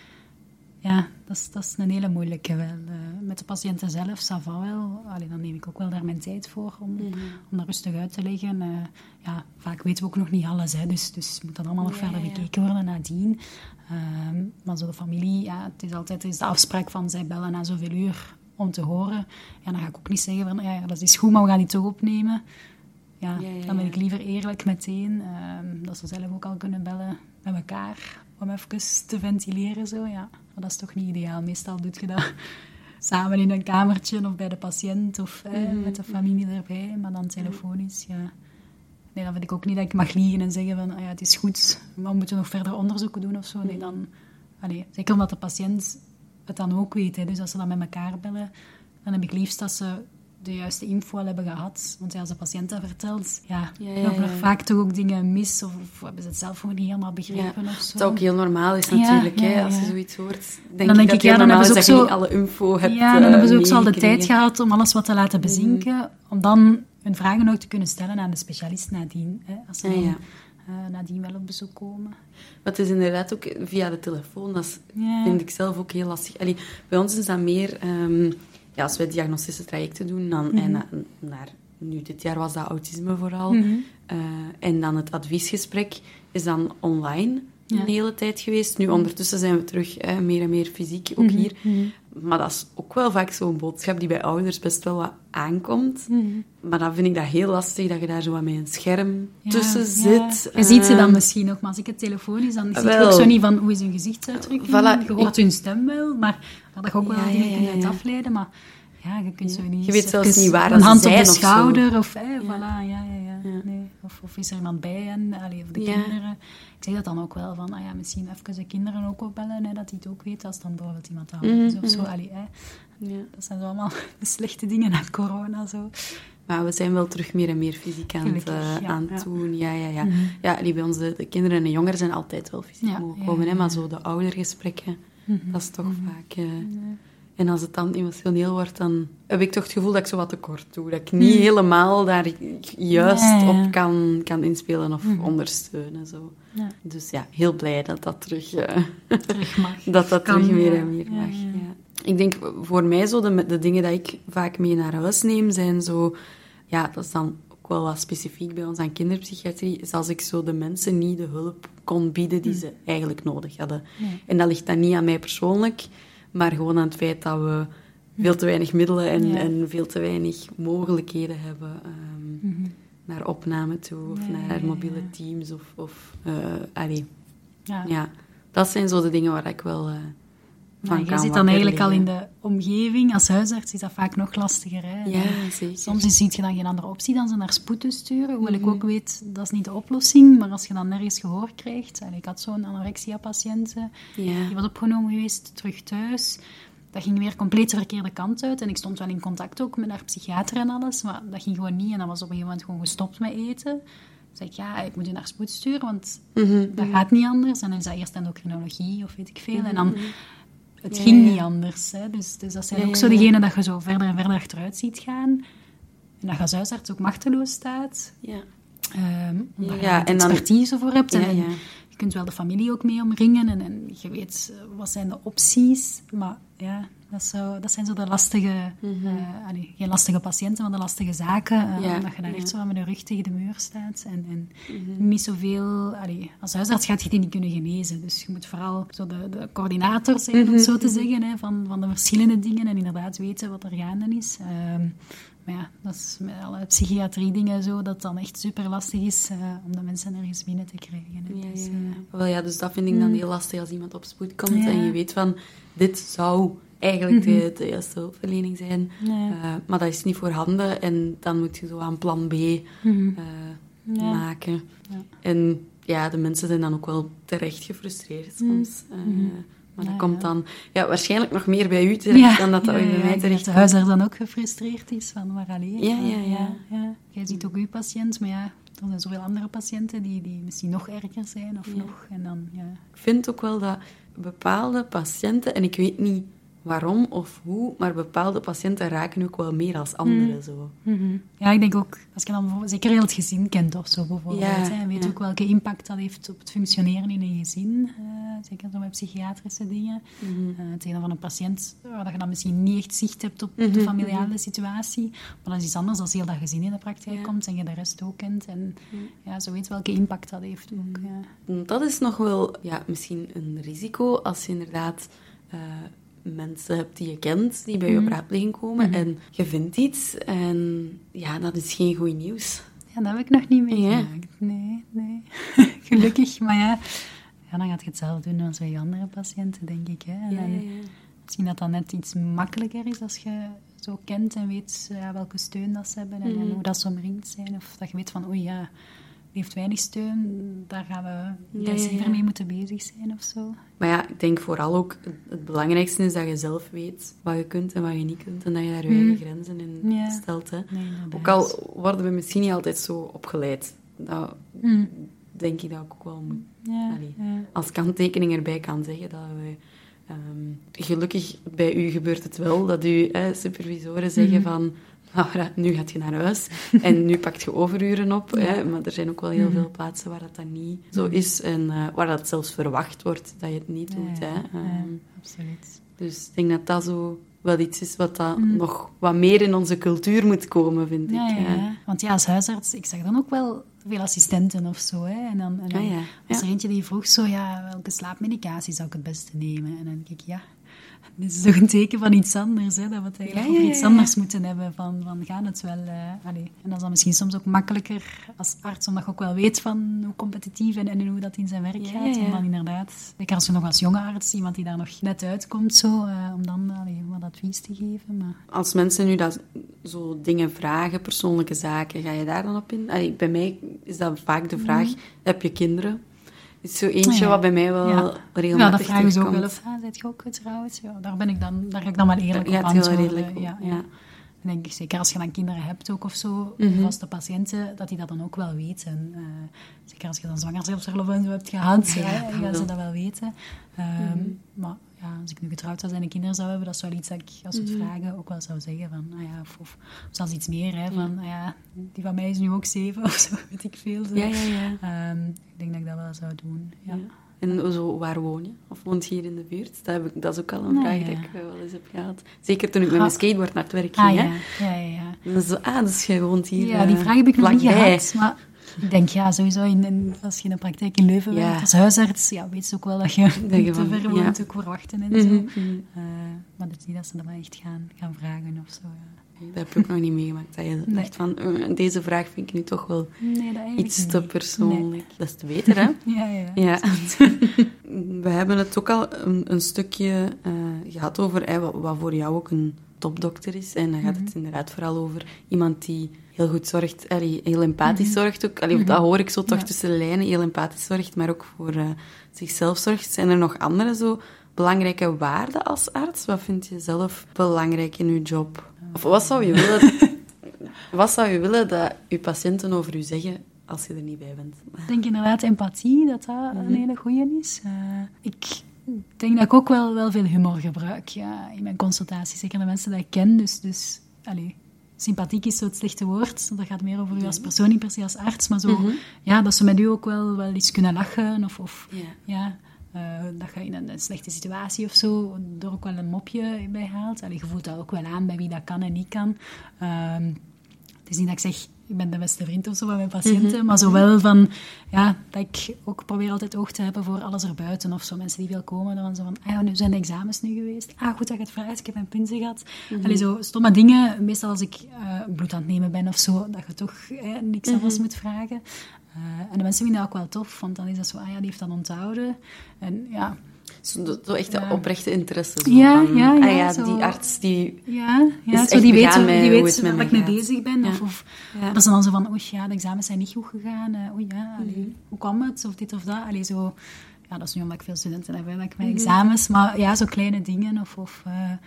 dat is een hele moeilijke wel. Met de patiënten zelf, ça va wel. Dan neem ik ook wel daar mijn tijd voor om dat rustig uit te leggen. Vaak weten we ook nog niet alles, hè. Dus moet dat allemaal nog verder bekeken worden nadien. Maar zo de familie, het is de afspraak van, zij bellen na zoveel uur om te horen. Dan ga ik ook niet zeggen van, dat is goed, maar we gaan die toch opnemen. Dan ben ik liever eerlijk meteen. Dat ze zelf ook al kunnen bellen met elkaar om even te ventileren. Zo, Maar dat is toch niet ideaal. Meestal doe je dat samen in een kamertje of bij de patiënt of met de familie erbij. Maar dan telefonisch, Nee, dan vind ik ook niet dat ik mag liegen en zeggen van, het is goed, maar we moeten nog verder onderzoeken doen of zo. Nee, dan... zeker omdat de patiënt het dan ook weet. Hè. Dus als ze dan met elkaar bellen, dan heb ik liefst dat ze de juiste info al hebben gehad. Want als de patiënt dat vertelt, lopen er vaak toch ook dingen mis. Of hebben ze het zelf nog niet helemaal begrepen of zo. Wat ook heel normaal is natuurlijk, als je zoiets hoort. Dan denk ik, dan hebben ze ook zo... alle info hebt dan hebben ze ook zo al de tijd gehad om alles wat te laten bezinken. Om dan hun vragen ook te kunnen stellen aan de specialist nadien. Hè. Als ze nadien wel op bezoek komen. Maar het is inderdaad ook via de telefoon. Dat vind ik zelf ook heel lastig. Allee, bij ons is dat meer... als wij diagnostische trajecten doen, dan, nu dit jaar was dat autisme vooral. En dan het adviesgesprek is dan online een hele tijd geweest. Nu, ondertussen zijn we terug meer en meer fysiek, ook hier. Maar dat is ook wel vaak zo'n boodschap die bij ouders best wel wat aankomt. Maar dan vind ik dat heel lastig, dat je daar zo wat met een scherm tussen zit. Je ziet ze dan misschien nog, maar als ik het telefonisch, dan zie je ook zo niet van hoe is hun gezichtsuitdrukking. Voilà, je hoort hun stem wel, maar dat je ook wel dingen kunt afleiden, maar... Ja, je kunt zo niet... Je weet zelfs niet waar een hand ze op zijn de of schouder, zo. of... voilà, nee. Of is er iemand bij hen, of de kinderen. Ik zeg dat dan ook wel, van misschien even de kinderen ook opbellen, dat die het ook weten, als dan bijvoorbeeld iemand oud is of zo. Dat zijn zo allemaal de slechte dingen na corona, zo. Maar we zijn wel terug meer en meer fysiek aan het doen. Ja, die bij ons, de kinderen en de jongeren zijn altijd wel fysiek mogen komen, hè, maar zo de oudergesprekken, dat is toch vaak... En als het dan emotioneel wordt, dan heb ik toch het gevoel dat ik zo wat tekort doe. Dat ik niet helemaal daar juist op kan inspelen of ondersteunen. Zo. Ja. Dus ja, heel blij dat dat terug mag. Terug meer en meer mag. Ja. Ik denk, voor mij zo de dingen dat ik vaak mee naar huis neem, zijn zo... Ja, dat is dan ook wel wat specifiek bij ons aan kinderpsychiatrie, is als ik zo de mensen niet de hulp kon bieden die ze eigenlijk nodig hadden. Ja. En dat ligt dan niet aan mij persoonlijk... Maar gewoon aan het feit dat we veel te weinig middelen en veel te weinig mogelijkheden hebben naar opname toe of naar mobiele teams. Dat zijn zo de dingen waar ik wel van kan. Je zit dan eigenlijk al in de omgeving. Als huisarts is dat vaak nog lastiger. Hè? Ja, zeker. Soms ziet je dan geen andere optie dan ze naar spoed te sturen. Hoewel ik ook weet, dat is niet de oplossing. Maar als je dan nergens gehoor krijgt... Ik had zo'n anorexia-patiënt, die was opgenomen geweest, terug thuis. Dat ging weer compleet de verkeerde kant uit. En ik stond wel in contact ook met haar psychiater en alles. Maar dat ging gewoon niet. En dan was op een gegeven moment gewoon gestopt met eten. Dan zei ik, ik moet je naar spoed sturen, want dat gaat niet anders. En dan is dat eerst endocrinologie of weet ik veel. En dan... Het ging niet anders. Hè. Dus dat zijn ook zo diegenen dat je zo verder en verder achteruit ziet gaan. En dat je als huisarts ook machteloos staat. Omdat je er expertise voor hebt. En je kunt wel de familie ook mee omringen. En je weet, wat zijn de opties. Maar ja, dat zijn zo de lastige... geen lastige patiënten, maar de lastige zaken. Omdat je daar echt zo met de rug tegen de muur staat. En niet zoveel... als huisarts gaat je die niet kunnen genezen. Dus je moet vooral zo de coördinator zijn, om het zo te zeggen, hè, van de verschillende dingen. En inderdaad weten wat er gaande is. Maar ja, dat is met alle psychiatrie-dingen zo, dat het dan echt super lastig is om de mensen ergens binnen te krijgen. Dus dat vind ik dan heel lastig als iemand op spoed komt en je weet van, dit zou eigenlijk de juiste hulpverlening zijn, maar dat is niet voorhanden en dan moet je zo aan plan B maken. En ja, de mensen zijn dan ook wel terecht gefrustreerd soms. Maar dat komt dan waarschijnlijk nog meer bij u terecht dan dat bij mij terecht komt. De huisarts dan ook gefrustreerd is van maar alleen. Jij ziet ook uw patiënt, maar er zijn zoveel andere patiënten die misschien nog erger zijn of nog. En dan, Ik vind ook wel dat bepaalde patiënten, en ik weet niet waarom of hoe, maar bepaalde patiënten raken ook wel meer als anderen. Zo. Ja, ik denk ook, als je dan zeker heel het gezin kent of zo bijvoorbeeld, en weet ook welke impact dat heeft op het functioneren in een gezin, zeker zo met psychiatrische dingen. Tegen van een patiënt waar je dan misschien niet echt zicht hebt op de familiale situatie, maar dat is iets anders als heel dat gezin in de praktijk komt en je de rest ook kent. En zo weet welke impact dat heeft ook. Dat is nog wel misschien een risico als je inderdaad... mensen hebt die je kent, die bij je op raadpleging komen en je vindt iets en dat is geen goed nieuws. Ja, dat heb ik nog niet meegemaakt. Nee. Gelukkig, maar dan gaat je het zelf doen als bij je andere patiënten, denk ik. Hè. Misschien dat net iets makkelijker is als je zo kent en weet welke steun dat ze hebben en hoe dat ze omringd zijn. Of dat je weet van, die heeft weinig steun, daar gaan we intensiever mee moeten bezig zijn of zo. Maar ik denk vooral ook, het belangrijkste is dat je zelf weet wat je kunt en wat je niet kunt. En dat je daar je eigen grenzen in stelt. Hè. Nee, ook al worden we misschien niet altijd zo opgeleid. Dat denk ik dat ik ook wel moet. Als kanttekening erbij kan zeggen dat we... gelukkig bij u gebeurt het wel, dat uw supervisoren zeggen van... nu gaat je naar huis en nu pakt je overuren op. Hè? Maar er zijn ook wel heel veel plaatsen waar dat niet zo is en waar dat zelfs verwacht wordt dat je het niet doet. Hè? Absoluut. Dus ik denk dat dat zo wel iets is wat dat nog wat meer in onze cultuur moet komen, vind ik. Ja. Want ja, als huisarts, ik zag dan ook wel veel assistenten of zo. Hè? En dan was er eentje die vroeg zo, welke slaapmedicatie zou ik het beste nemen? En dan denk ik, dit is toch een teken van iets anders, hè? Dat we het eigenlijk over iets anders moeten hebben, van gaat het wel... En dat is dan misschien soms ook makkelijker als arts, omdat je ook wel weet van hoe competitief en hoe dat in zijn werk gaat. Om dan inderdaad, zeker als je nog als jonge arts, iemand die daar nog net uitkomt, zo, om dan wat advies te geven. Maar... Als mensen nu dat zo dingen vragen, persoonlijke zaken, ga je daar dan op in? Bij mij is dat vaak de vraag, heb je kinderen? Het is zo eentje wat bij mij wel regelmatig dat vragen ze ook terugkomt. wel eens. Zijt je ook getrouwd? Ja, daar ga ik dan wel eerlijk op antwoorden. Heel redelijk op. En denk ik, zeker als je dan kinderen hebt ook of zo, vaste patiënten, dat die dat dan ook wel weten. Zeker als je dan zwangerschapsverlof en zo hebt gehad, gaan ze dat wel weten. Maar als ik nu getrouwd zou zijn en kinderen zou hebben, dat is wel iets dat ik, als we het vragen, ook wel zou zeggen van, of zelfs iets meer, hè, van, die van mij is nu ook 7 of zo, weet ik veel. Zo. Ik denk dat ik dat wel zou doen, ja. En zo, waar woon je? Of woont je hier in de buurt? Dat is ook al een vraag die ik wel eens heb gehad. Zeker toen ik met mijn skateboard naar het werk ging. Dus jij woont hier Ja, die vraag heb ik nog niet gehad. Maar ik denk, sowieso, als je in de praktijk in Leuven werkt als huisarts, weet ze ook wel dat je niet te ver woont, ook voor wachten en zo. Maar het is niet dat ze dat maar echt gaan vragen of zo, Dat heb ik ook nog niet meegemaakt. Dat je dacht van, deze vraag vind ik nu toch wel iets te persoonlijk. Nee. Dat is te beter, hè? Ja. We hebben het ook al een stukje gehad over wat voor jou ook een topdokter is. En dan gaat het inderdaad vooral over iemand die heel goed zorgt, heel empathisch zorgt ook. Dat hoor ik zo toch tussen de lijnen, heel empathisch zorgt, maar ook voor zichzelf zorgt. Zijn er nog andere zo belangrijke waarden als arts? Wat vind je zelf belangrijk in je job? Of wat zou je willen dat je patiënten over u zeggen als je er niet bij bent? Ik denk inderdaad empathie, dat een hele goeie is. Ik denk dat ik ook wel veel humor gebruik in mijn consultaties. Zeker de mensen die ik ken. Dus sympathiek is zo het slechte woord. Dat gaat meer over u als persoon, niet per se als arts. Maar zo, dat ze met u ook wel eens kunnen lachen. Dat je in een slechte situatie of zo er ook wel een mopje bij haalt. Je voelt dat ook wel aan bij wie dat kan en niet kan. Het is niet dat ik zeg, ik ben de beste vriend of zo van mijn patiënten, maar zowel van, dat ik ook probeer altijd oog te hebben voor alles erbuiten of zo. Mensen die veel komen, dan zo van, nu zijn de examens nu geweest. Goed dat je het vraagt, ik heb mijn punten gehad. Zo stomme dingen, meestal als ik bloed aan het nemen ben of zo, dat je toch niks anders moet vragen. En de mensen vinden dat ook wel tof, want dan is dat zo, die heeft dat onthouden. En Zo echt een oprechte interesse. Zo, zo. Die arts die zo die weet waar ik mee bezig ben. Of dat ze dan zo van, de examens zijn niet goed gegaan. Hoe kwam het? Of dit of dat. Zo, dat is nu omdat ik veel studenten heb, dat ik mijn examens. Maar zo kleine dingen. Of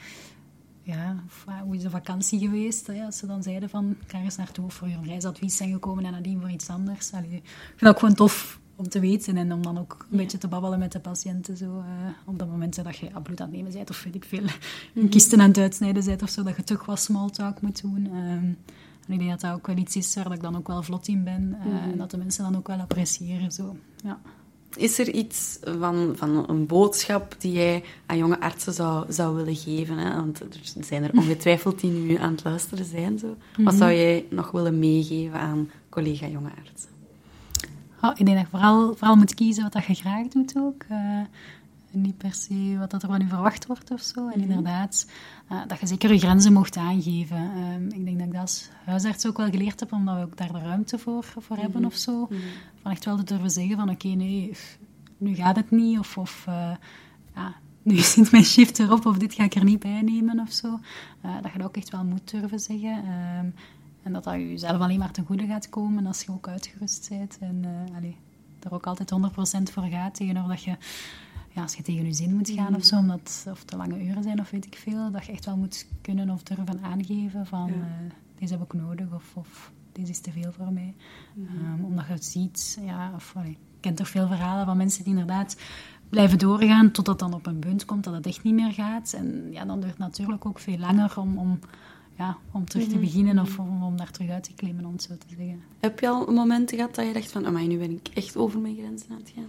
hoe is de vakantie geweest? Als ze dan zeiden van, ga eens naartoe of voor je reisadvies zijn gekomen en nadien voor iets anders. Ik vind dat ook gewoon tof om te weten en om dan ook een beetje te babbelen met de patiënten. Zo, op dat moment dat je bloed aan het nemen bent of weet ik veel, kisten aan het uitsnijden bent of zo, dat je toch wat small talk moet doen. En ik denk dat dat ook wel iets is waar ik dan ook wel vlot in ben en dat de mensen dan ook wel appreciëren. Zo. Ja. Is er iets van een boodschap die jij aan jonge artsen zou willen geven? Hè? Want er zijn er ongetwijfeld die nu aan het luisteren zijn. Zo. Wat zou jij nog willen meegeven aan collega jonge artsen? Ik denk dat je vooral moet kiezen wat je graag doet ook. Niet per se wat er van je verwacht wordt of zo. En inderdaad, dat je zeker je grenzen mocht aangeven. Ik denk dat ik dat als huisarts ook wel geleerd heb, omdat we ook daar de ruimte voor hebben of zo. Van echt wel te durven zeggen van oké, nee, nu gaat het niet. Of nu zit mijn shift erop of dit ga ik er niet bij nemen of zo. Dat je dat ook echt wel moet durven zeggen. En dat jezelf alleen maar ten goede gaat komen als je ook uitgerust bent. En er ook altijd 100% voor gaat tegenover dat je... als je tegen je zin moet gaan of zo, of te lange uren zijn of weet ik veel, dat je echt wel moet kunnen of durven aangeven van deze heb ik nodig of deze is te veel voor mij. Omdat je het ziet, ik ken toch veel verhalen van mensen die inderdaad blijven doorgaan totdat dan op een punt komt dat het echt niet meer gaat. En dan duurt het natuurlijk ook veel langer om om terug te beginnen of om daar terug uit te klimmen, om het zo te zeggen. Heb je al momenten gehad dat je dacht van, amai, nu ben ik echt over mijn grenzen aan het gaan?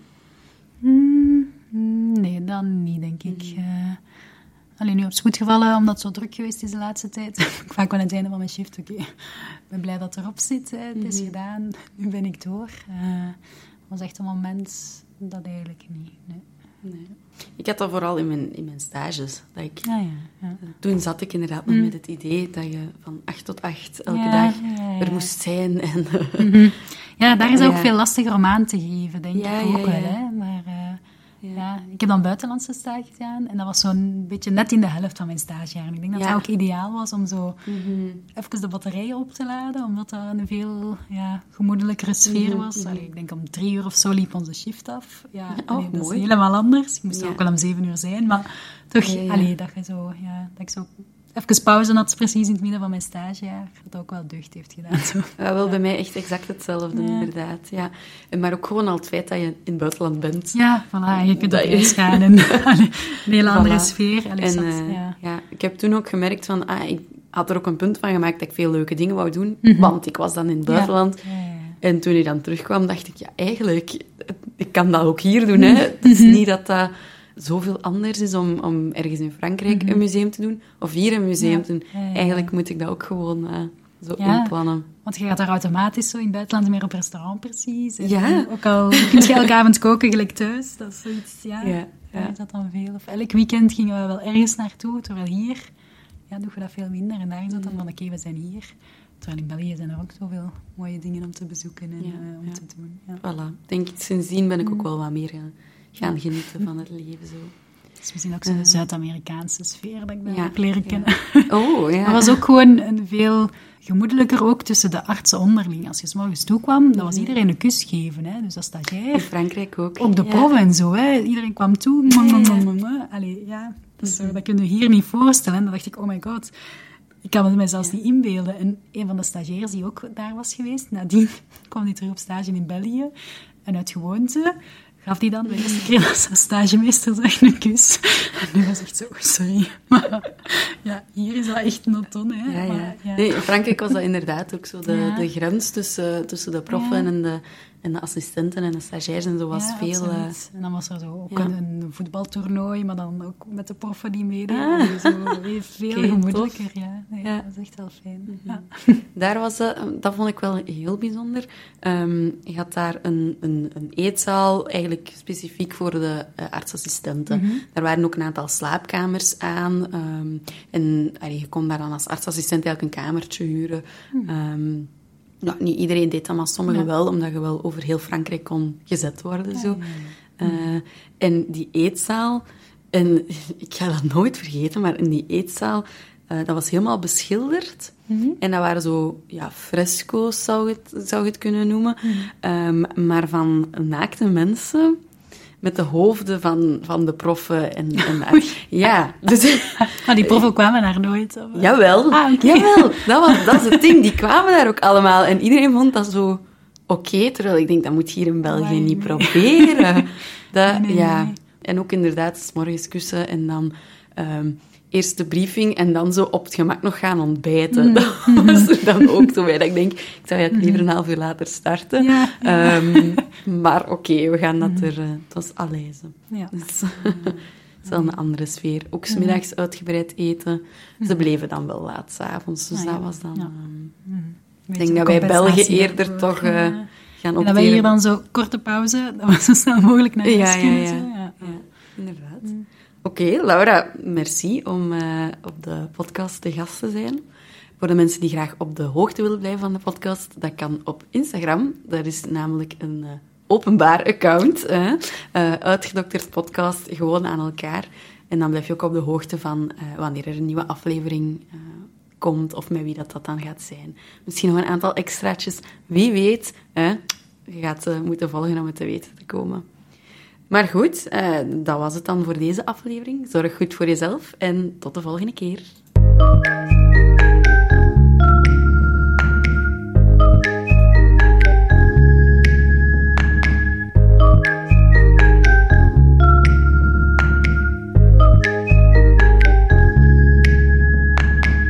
Nee, dan niet, denk ik. Alleen nu op het goed gevallen, omdat het zo druk geweest is de laatste tijd. Ik vaak wel aan het einde van mijn shift, oké, ik ben blij dat het erop zit. Het is gedaan, nu ben ik door. Was echt een moment dat eigenlijk niet. Nee. Ik had dat vooral in mijn stages. Dat ik, Ja. Toen zat ik inderdaad nog met het idee dat je van 8 tot 8 elke dag er moest zijn. En, Ja, daar is ook veel lastiger om aan te geven, denk ik ook wel. Hè? Maar ik heb dan buitenlandse stage gedaan en dat was zo'n beetje net in de helft van mijn stagejaar. Ik denk dat het ook ideaal was om zo even de batterijen op te laden, omdat dat een veel gemoedelijkere sfeer was. Allee, ik denk om 3 uur of zo liep onze shift af. Dat is helemaal anders. Ik moest ook wel om 7 uur zijn, maar toch, dat ik zo even pauze had, precies in het midden van mijn stagejaar, dat ook wel deugd heeft gedaan. Zo. Ja, wel bij mij echt exact hetzelfde, inderdaad. Ja. Maar ook gewoon al het feit dat je in het buitenland bent. Ja, voilà, je kunt op reis gaan en een hele andere sfeer. Ik heb toen ook gemerkt van, ik had er ook een punt van gemaakt dat ik veel leuke dingen wou doen, want ik was dan in het buitenland. En toen ik dan terugkwam, dacht ik, eigenlijk, ik kan dat ook hier doen. Hè. Het is niet dat zoveel anders is om ergens in Frankrijk een museum te doen, of hier een museum te doen. Eigenlijk moet ik dat ook gewoon zo inplannen. Want je gaat daar automatisch zo in het buitenland meer op restaurant precies. En ook al kun je elke avond koken gelijk thuis. Dat is zoiets, daar is dat dan veel. Of elk weekend gingen we wel ergens naartoe, terwijl hier doen we dat veel minder. En daar is dat dan van, oké, we zijn hier. Terwijl in België zijn er ook zoveel mooie dingen om te bezoeken en om te doen. Ja. Voilà. Denk ik, sindsdien ben ik ook wel wat meer gaan genieten van het leven. Zo. Het is misschien ook zo'n Zuid-Amerikaanse sfeer dat ik daar ook leren kennen. Oh, ja. Maar was ook gewoon een veel gemoedelijker ook tussen de artsen onderling. Als je 's morgens toekwam, dan was iedereen een kus geven. Hè? Dus als stagiair. In Frankrijk ook. Ook de prof en zo. Hè? Iedereen kwam toe. Allee, dat kun je hier niet voorstellen. Dan dacht ik, oh my god. Ik kan het mij zelfs niet inbeelden. En een van de stagiairs die ook daar was geweest, nadien kwam die terug op stage in België. En uit gewoonte gaf hij dan de eerste keer dat zijn stagemeester zag een kus. En nu was echt zo, sorry. Maar hier is dat echt noton. Hè. Nee, in Frankrijk was dat inderdaad ook zo. De grens tussen de proffen en de assistenten en de stagiairs en zo was veel... En dan was er zo ook een voetbaltoernooi, maar dan ook met de proffen die meededen. Zo veel gemoedelijker. Dat is echt wel fijn. Daar was dat vond ik wel heel bijzonder. Je had daar een eetzaal, eigenlijk specifiek voor de artsassistenten. Daar waren ook een aantal slaapkamers aan. En je kon daar dan als artsassistent eigenlijk een kamertje huren. Niet iedereen deed dat, maar sommigen wel, omdat je wel over heel Frankrijk kon gezet worden. Zo. En die eetzaal, en ik ga dat nooit vergeten, maar in die eetzaal, dat was helemaal beschilderd. En dat waren zo, fresco's, zou je het kunnen noemen. Maar van naakte mensen met de hoofden van de proffen. Dus... Maar die proffen kwamen daar nooit? Of? Jawel, jawel. Dat is het ding. Die kwamen daar ook allemaal. En iedereen vond dat zo oké, terwijl ik denk, dat moet je hier in België niet proberen. Nee. En ook inderdaad, 's morgens kussen en dan... eerst de briefing en dan zo op het gemak nog gaan ontbijten. Dat was er dan ook zo bij dat ik denk, ik zou het liever een half uur later starten. Maar oké, we gaan dat het was Alleize. Dus, het is wel een andere sfeer. Ook 's middags uitgebreid eten. Ze bleven dan wel laat 's avonds, dus dat was dan... Ik denk dat wij België eerder toch gaan opteren. En dat wij hier dan zo korte pauze, dat we zo snel mogelijk naar huis kunnen. Ja, inderdaad. Oké, Laura, merci om op de podcast te gast te zijn. Voor de mensen die graag op de hoogte willen blijven van de podcast, dat kan op Instagram. Dat is namelijk een openbaar account. Uitgedokterd podcast, gewoon aan elkaar. En dan blijf je ook op de hoogte van wanneer er een nieuwe aflevering komt of met wie dat dan gaat zijn. Misschien nog een aantal extraatjes. Wie weet, je gaat moeten volgen om het te weten te komen. Maar goed, dat was het dan voor deze aflevering. Zorg goed voor jezelf en tot de volgende keer.